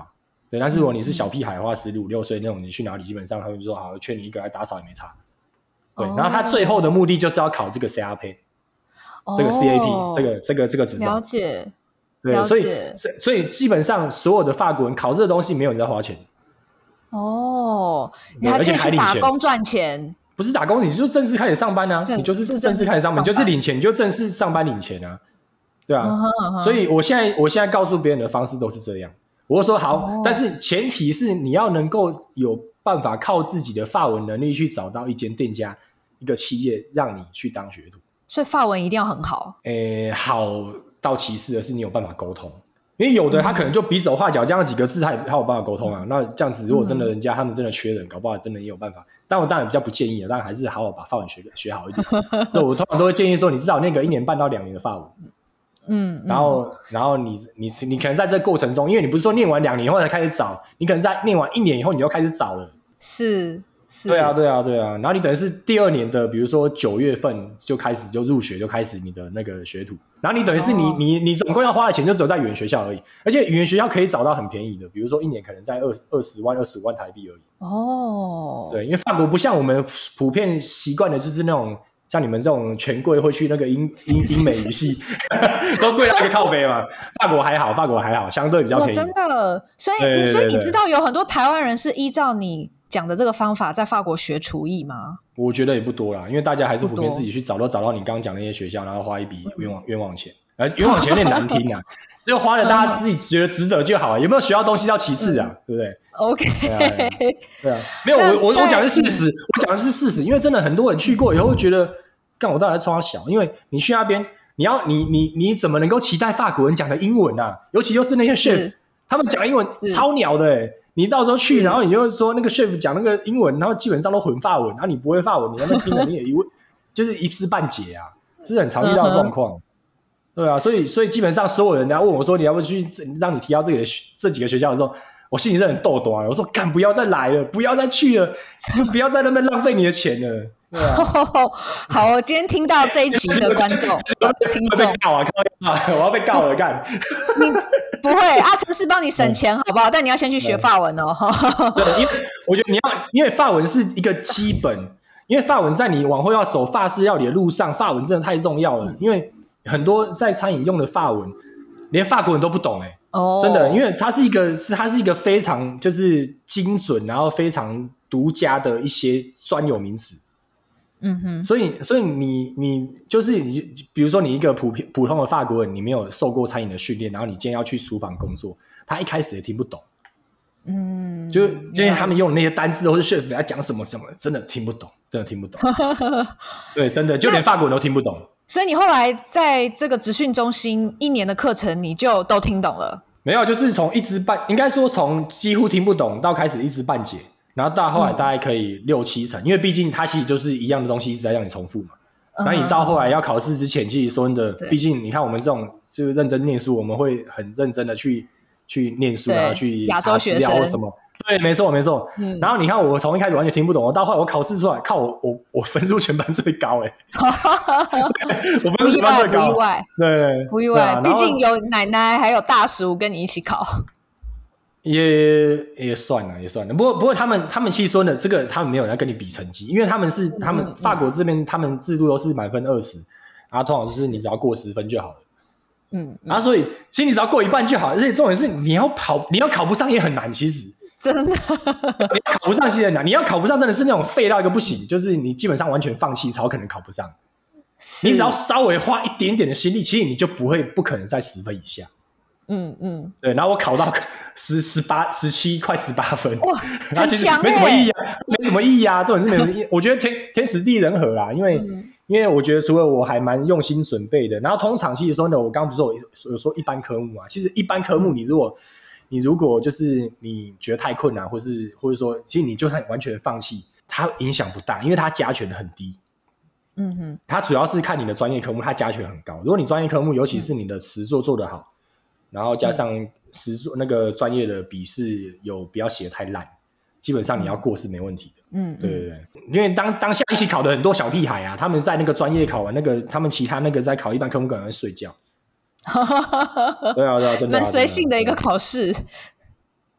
对，但是如果你是小屁孩的话，十五六岁那种，你去哪里基本上他们就说好，劝你一个来打扫也没差。对，哦、然后他最后的目的就是要考这个 C R P，、哦、这个 C A P， 这个这个这个执照。 了解， 对， 了解。 所以所以基本上所有的法国人考这个东西没有人在花钱。 哦，你还可以去打工赚钱。 不是打工，你就正式开始上班啊！你就是正式开始上班，你就是领钱，你就正式上班领钱啊，对啊。Uh-huh, uh-huh. 所以我现在我现在告诉别人的方式都是这样。我说好， oh. 但是前提是你要能够有办法靠自己的法文能力去找到一间店家、一个企业让你去当学徒。 所以法文一定要很好。 诶，好到其次的是你有办法沟通。因为有的他可能就比手画脚这样几个字，他也他有办法沟通啊。那这样子，如果真的人家他们真的缺人，搞不好真的也有办法。但我当然比较不建议，当然还是好好把法文学学好一点。所以我通常都会建议说，你至少那个一年半到两年的法文，嗯，然后然后你你你可能在这个过程中，因为你不是说念完两年以后才开始找，你可能在念完一年以后你就开始找了。 是。 对啊，对啊，对啊，然后你等于是第二年的，比如说九月份就开始就入学，就开始你的那个学徒，然后你等于是你、哦、你你总共要花的钱就只有在语言学校而已，而且语言学校可以找到很便宜的，比如说一年可能在二二十万、二十五万台币而已。哦，对，因为法国不像我们普遍习惯的，就是那种像你们这种权贵会去那个英英英美语系，都贵到一个靠北嘛。法国还好，法国还好，相对比较便宜。 真的，所以对对对对，所以你知道有很多台湾人是依照你讲的这个方法在法国学厨艺吗？ 我觉得也不多啦，因为大家还是普遍自己去找，都找到你刚刚讲的那些学校，然后花一笔冤枉冤枉钱。呃，冤枉钱有点难听啊，就花了大家自己觉得值得就好，有没有学到东西到其次啊，嗯、对不对 ？OK， 对啊，对啊，没有我我我讲的是事实，我讲的是事实，因为真的很多人去过以后会觉得，干我到底在冲他小，因为你去那边，你要你你你怎么能够期待法国人讲的英文啊？尤其又是那些 chef， 他们讲英文超鸟的、欸。你到时候去，然后你就说那个 chef 讲那个英文，然后基本上都混法文，然后你不会法文，你在那听了你也一就是一知半解啊，这是很常遇到的状况。对啊，所以所以基本上所有人来问我说你要不要去让你提到这个这几个学校的时候，我心里是很逗逗啊，我说干不要再来了，不要再去了，不要在那边浪费你的钱了。对啊、 好，我今天听到这一集的观众听众， 被告啊，我要被告了，干！ 你不会，阿成是帮你省钱，好不好？但你要先去学法文哦。 对，因为我觉得你要，因为法文是一个基本，因为法文在你往后要走法式料理的路上，法文真的太重要了。因为很多在餐饮用的法文，连法国人都不懂哎、欸。哦，真的，因为它是一个，它是一个非常就是精准，然后非常独家的一些专有名词。嗯哼，所以所以你你就是你，比如说你一个普普通的法国人，你没有受过餐饮的训练，然后你今天要去厨房工作，他一开始也听不懂。嗯，就因为他们用的那些单字都是 chef 在讲什么什么，真的听不懂，真的听不懂。对，真的就连法国人都听不懂。 所以你后来在这个职训中心一年的课程，你就都听懂了？ 没有，就是从一知半，应该说从几乎听不懂到开始一知半解。然后到后来大概可以六七成、嗯、因为毕竟它其实就是一样的东西一直在让你重复嘛。那、嗯、你到后来要考试之前，其实说真的，毕竟你看我们这种就是认真念书，我们会很认真的去去念书，然后去查资料或什么。对，没错没错、嗯。然后你看我从一开始完全听不懂，我到后来我考试出来，靠我我我分数全班最高哎、欸，我分数全班最高， 不意外， 对， 不意外，毕竟有奶奶还有大叔跟你一起考。 也也算了，也算了。不过不过他们他们其实说的这个，他们没有人要跟你比成绩，因为他们是他们法国这边他们制度都是满分二十，然后通常就是你只要过十分就好了。嗯，然后所以其实你只要过一半就好，而且重点是你要跑，你要考不上也很难，其实真的，你要考不上其实很难，你要考不上真的是那种废到一个不行，就是你基本上完全放弃才有可能考不上。你只要稍微花一点点的心力，其实你就不会不可能在十分以下。嗯嗯，对，然后我考到十十八、十七，快十八分，哇，然后其实没什么意义啊，没什么意义啊，这种是没什么意义。我觉得天天时地人和啦，因为、嗯、因为我觉得除了我还蛮用心准备的，然后通常其实说呢，我刚刚不是有有说一般科目啊，其实一般科目你如果你如果就是你觉得太困难，或是或者说其实你就算完全放弃，它影响不大，因为它加权很低。嗯哼，它主要是看你的专业科目，它加权很高。如果你专业科目，尤其是你的实作做得好。然后加上实作那个专业的笔试有不要写太烂，基本上你要过是没问题的。嗯，对对对，因为当当下一起考的很多小屁孩啊，他们在那个专业考完那个，他们其他那个在考一般科目可能会睡觉。对啊对啊，真的、啊。 蛮随性的一个考试。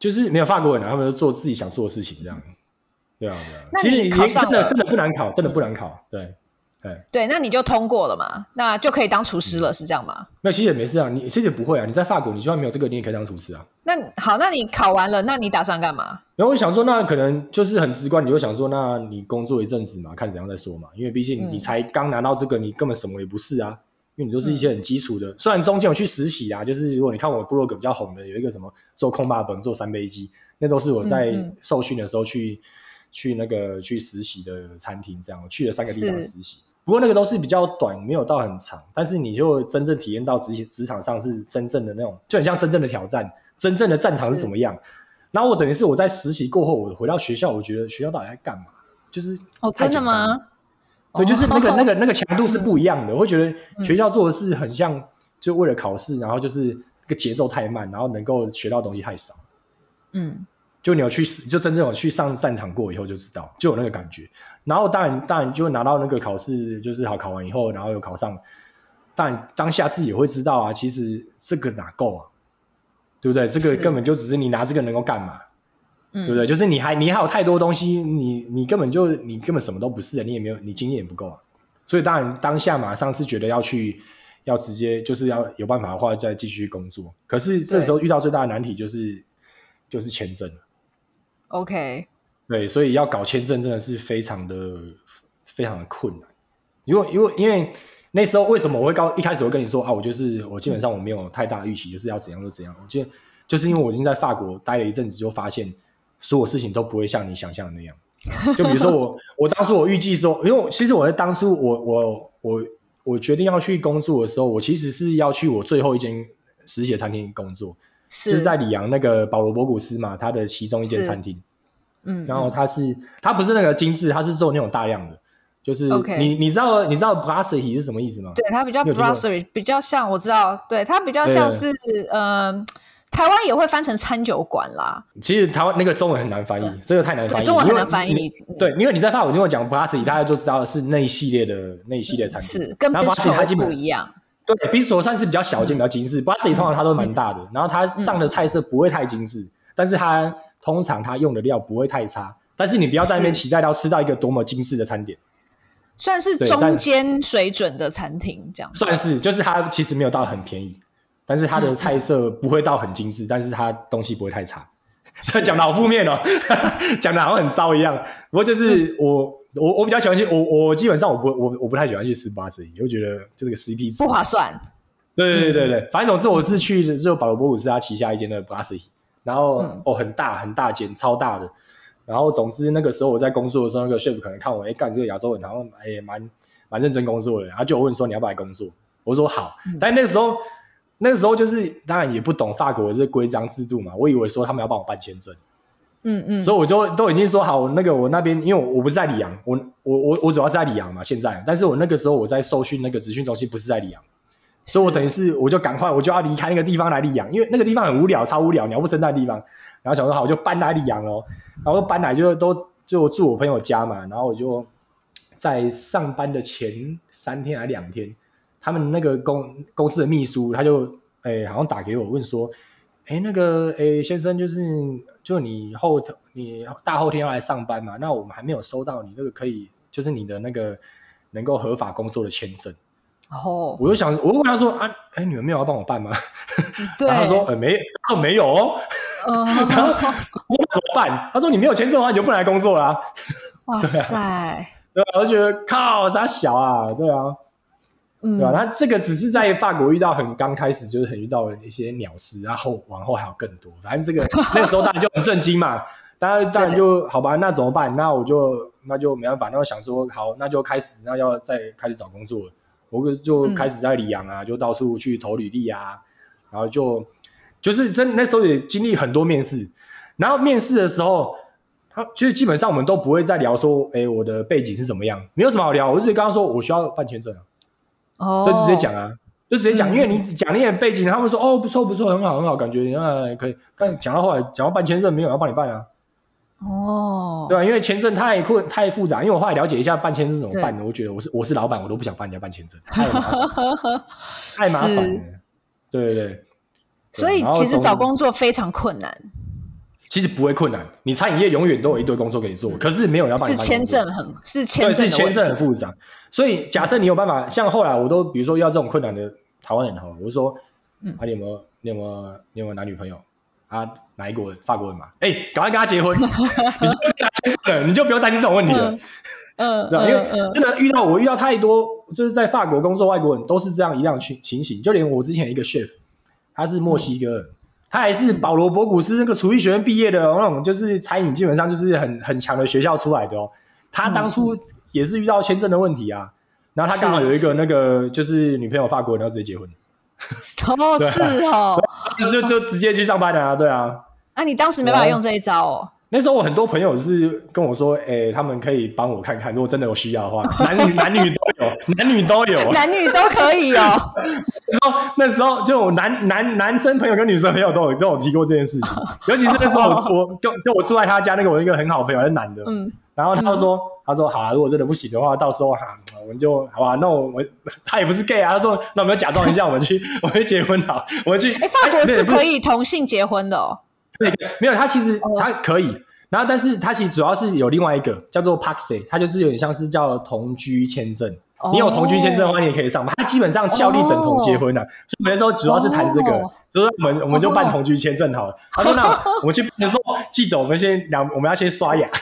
就是没有法国人、啊，他们就做自己想做的事情这样。对啊，对啊。 那你考上了， 真的真的不难考，真的不难考。对，对， 对，那你就通过了嘛，那就可以当厨师了，嗯、是这样吗？ 没有，其实也没事啊，你其实也不会啊。你在法国，你就算没有这个，你也可以当厨师啊。 那好，那你考完了，那你打算干嘛？ 然后我想说，那可能就是很直观，你会想说，那你工作一阵子嘛，看怎样再说嘛。因为毕竟你才刚拿到这个，你根本什么也不是啊。因为你都是一些很基础的，嗯、虽然中间有去实习啊，就是如果你看我部落格比较红的，有一个什么做空霸本、做三杯鸡，那都是我在受训的时候去、嗯、去那个去实习的餐厅，这样我去了三个地方实习。不过那个都是比较短，没有到很长，但是你就真正体验到职职场上是真正的那种，就很像真正的挑战，真正的战场是怎么样。然后我等于是我在实习过后，我回到学校，我觉得学校到底在干嘛？就是哦，真的吗？ 对，就是那个、哦、那个那个强度是不一样的。我会觉得学校做的事很像，就为了考试，然后就是那个节奏太慢，然后能够学到的东西太少。嗯，就你有去，就真正有去上战场过以后就知道，就有那个感觉。然后当然当然就拿到那个考试，就是好考完以后，然后有考上，当然当下自己也会知道啊，其实这个哪够啊，对不对？这个根本就只是你拿这个能够干嘛？对不对？就是你还你还有太多东西，你你根本就你根本什么都不是，你也没有你经验也不够啊。所以当然当下马上是觉得要去要直接就是要有办法的话再继续工作。可是这时候遇到最大的难题就是就是签证。 OK。 对，所以要搞签证真的是非常的非常的困难。因为因为因为那时候为什么我会告一开始会跟你说啊，我就是我基本上我没有太大的预期，就是要怎样就怎样。我觉得就是因为我已经在法国待了一阵子，就发现。所有事情都不会像你想象的那样，就比如说我，我当初我预计说，因为我其实我在当初我我我我决定要去工作的时候，我其实是要去我最后一间实习的餐厅工作，是就是在里昂那个保罗博古斯嘛，他的其中一间餐厅，嗯，然后他是他不是那个精致，他是做那种大量的，就是、okay. 你你知道你知道 brasserie 是什么意思吗？ 对，它比较 brasserie 比较像我知道，对，它比较像是呃。台湾也会翻成餐酒馆啦。 其实台湾那个中文很难翻译，这个太难翻译。 中文很难翻译。 对，因为你在法国，你跟我讲 brasserie， 大家就知道是那一系列的那一系列餐厅， 是跟 bistro 不一样。 对 ，bistro 算是比较小间、比较精致 ，brasserie 通常它都蛮大的，嗯、然后它上的菜色不会太精致，嗯、但是它通常它用的料不会太差。但是你不要在那边期待到吃到一个多么精致的餐点， 算是中间水准的餐厅这样。 算是，就是它其实没有到很便宜。但是它的菜色不会到很精致，嗯、但是它东西不会太差。讲的好负面哦，讲的好像很糟一样。不过就是我、嗯、我我比较喜欢去，我我基本上我不我我不太喜欢去吃brasserie，我觉得这个 C P 值不划算。 对对对对，嗯、反正总之我是去就保罗博古斯他旗下一间的brasserie，然后、嗯、哦很大很大间超大的，然后总之那个时候我在工作的时候，那个 chef 可能看我哎干这个亚洲人，然后哎蛮蛮认真工作的，然后就问说你要不要来工作，我说好，嗯、但那个时候。那个时候就是当然也不懂法国的这规章制度嘛，我以为说他们要帮我办签证，嗯嗯，所以我就都已经说好，那个我那边因为 我, 我不是在里昂，我我我我主要是在里昂嘛，现在，但是我那个时候我在受训那个职训中心不是在里昂，所以我等于是我就赶快我就要离开那个地方来里昂，因为那个地方很无聊，超无聊，鸟不生蛋的地方，然后想说好我就搬来里昂咯，然后搬来就都就住我朋友家嘛，然后我就在上班的前三天还两天。他们那个 公, 公司的秘书，他就诶好像打给我问说，诶那个诶先生就是就你后你大后天要来上班嘛，那我们还没有收到你那个可以就是你的那个能够合法工作的签证。哦，我就想我就问他说啊，诶你们没有要帮我办吗？对，然后他说呃没他说没有哦。哦，然后我怎么办？他说你没有签证的话你就不能来工作啦、啊。 哇塞， 对啊，我就觉得靠啥小啊，对啊。对吧？那这个只是在法国遇到很刚开始，就是很遇到一些鸟事，然后往后还有更多。反正这个那个时候当然就很震惊嘛，当然当然就好吧，那怎么办？那我就那就没办法，那我想说好，那就开始那要再开始找工作了。我就开始在里昂啊，就到处去投履历啊，然后就就是真那时候也经历很多面试，然后面试的时候。他就是基本上我们都不会再聊说，哎，我的背景是怎么样，没有什么好聊。我就直接跟他说，我需要办签证啊。哦，就直接讲啊，就直接讲、嗯，因为你讲你的背景，他们说哦不错不错，很好很好，感觉那可以。但讲到后来，讲到办签证，没有人要帮你办啊。哦，对吧、啊？因为签证太困太复杂，因为我后来了解一下办签证怎么办的，我觉得我是我是老板，我都不想帮人家办签证，太麻烦，太麻烦了。对对对。 所以其实找工作非常困难。 其实不会困难，你餐饮业永远都有一堆工作给你做，嗯、可是没有人要帮你办。 是签证很是签证的问题， 对，是签证很复杂。所以假设你有办法，像后来我都比如说遇到这种困难的台湾人哈，我就说，嗯，啊你有没有你有没有你有没有男女朋友啊？哪一国人？法国人嘛？哎、欸，赶快跟他结婚，你就拿签证了，你就不用担心这种问题了。嗯，对、嗯，因为真的遇到我遇到太多，就是在法国工作外国人都是这样一样情形，就连我之前一个 chef， 他是墨西哥人。嗯，他还是保罗博古斯那个厨艺学院毕业的那种，就是餐饮基本上就是很很强的学校出来的哦。他当初也是遇到签证的问题啊，然后他刚好有一个那个就是女朋友法国人，然后直接结婚。 哦，是哦， 就就直接去上班了啊，对啊。 啊，你当时没办法用这一招哦。 那时候我很多朋友是跟我说，哎、欸，他们可以帮我看看，如果真的有需要的话，男女男女都有，男女都有， 男女都可以哦。 然后那时候就男男男生朋友跟女生朋友都有都有提过这件事情，尤其是那时候我、oh. 我就就我住在他家那个我一个很好朋友是男的，嗯，然后他就说、嗯、他说好啊，如果真的不行的话，到时候哈、啊、我们就好吧，那我们他也不是 gay 啊，他说那我们就假装一下，我们去我们去结婚好，我们去。 哎、欸，法国是可以同性结婚的哦。 对，没有，他其实他可以。然后，但是它其实主要是有另外一个叫做 P A X E， 它就是有点像是叫同居签证。Oh. 你有同居签证的话，你也可以上班。它基本上效力等同结婚啊。Oh. 所以我们那时候主要是谈这个， oh. 所以说我们我们就办同居签证好了。他说：“那我们去办的时候，记得我们先两，我们要先刷牙。”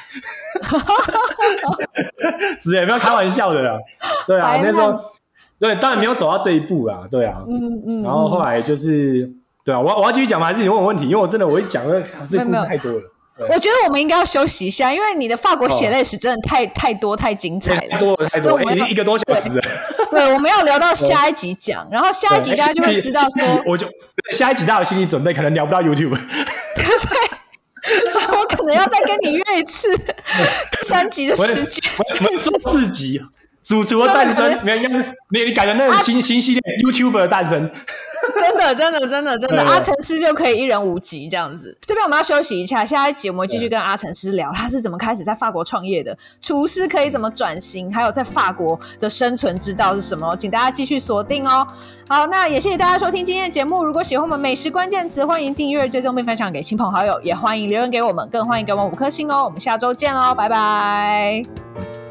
是也不要开玩笑的啦。对啊，那时候对，当然没有走到这一步啦。对啊，嗯嗯。然后后来就是对啊，我我要继续讲吗？还是你问我问题？因为我真的我一讲，这故事太多了。 我觉得我们应该要休息一下，因为你的法国血泪史真的太、哦、太多太精彩了， 太多了太多了，已经一个多小时了。 对，对我们要聊到下一集讲，然后下一集大家就会知道说， 我就下一集大家有心理准备，可能聊不到 YouTube。 对对，所以我可能要再跟你约一次第三集的时间。 我们做四集。主厨的诞生，没有，应该是你你改成那个新、啊、新系列 YouTuber 的诞生， 真的真的真的真的，阿成师就可以一人五集这样子。这边我们要休息一下，下一集我们继续跟阿成师聊他是怎么开始在法国创业的，厨师可以怎么转型，还有在法国的生存之道是什么，请大家继续锁定哦。好，那也谢谢大家收听今天的节目。如果喜欢我们美食关键词，欢迎订阅、追踪并分享给亲朋好友，也欢迎留言给我们，更欢迎给我们五颗星哦。我们下周见喽，拜拜。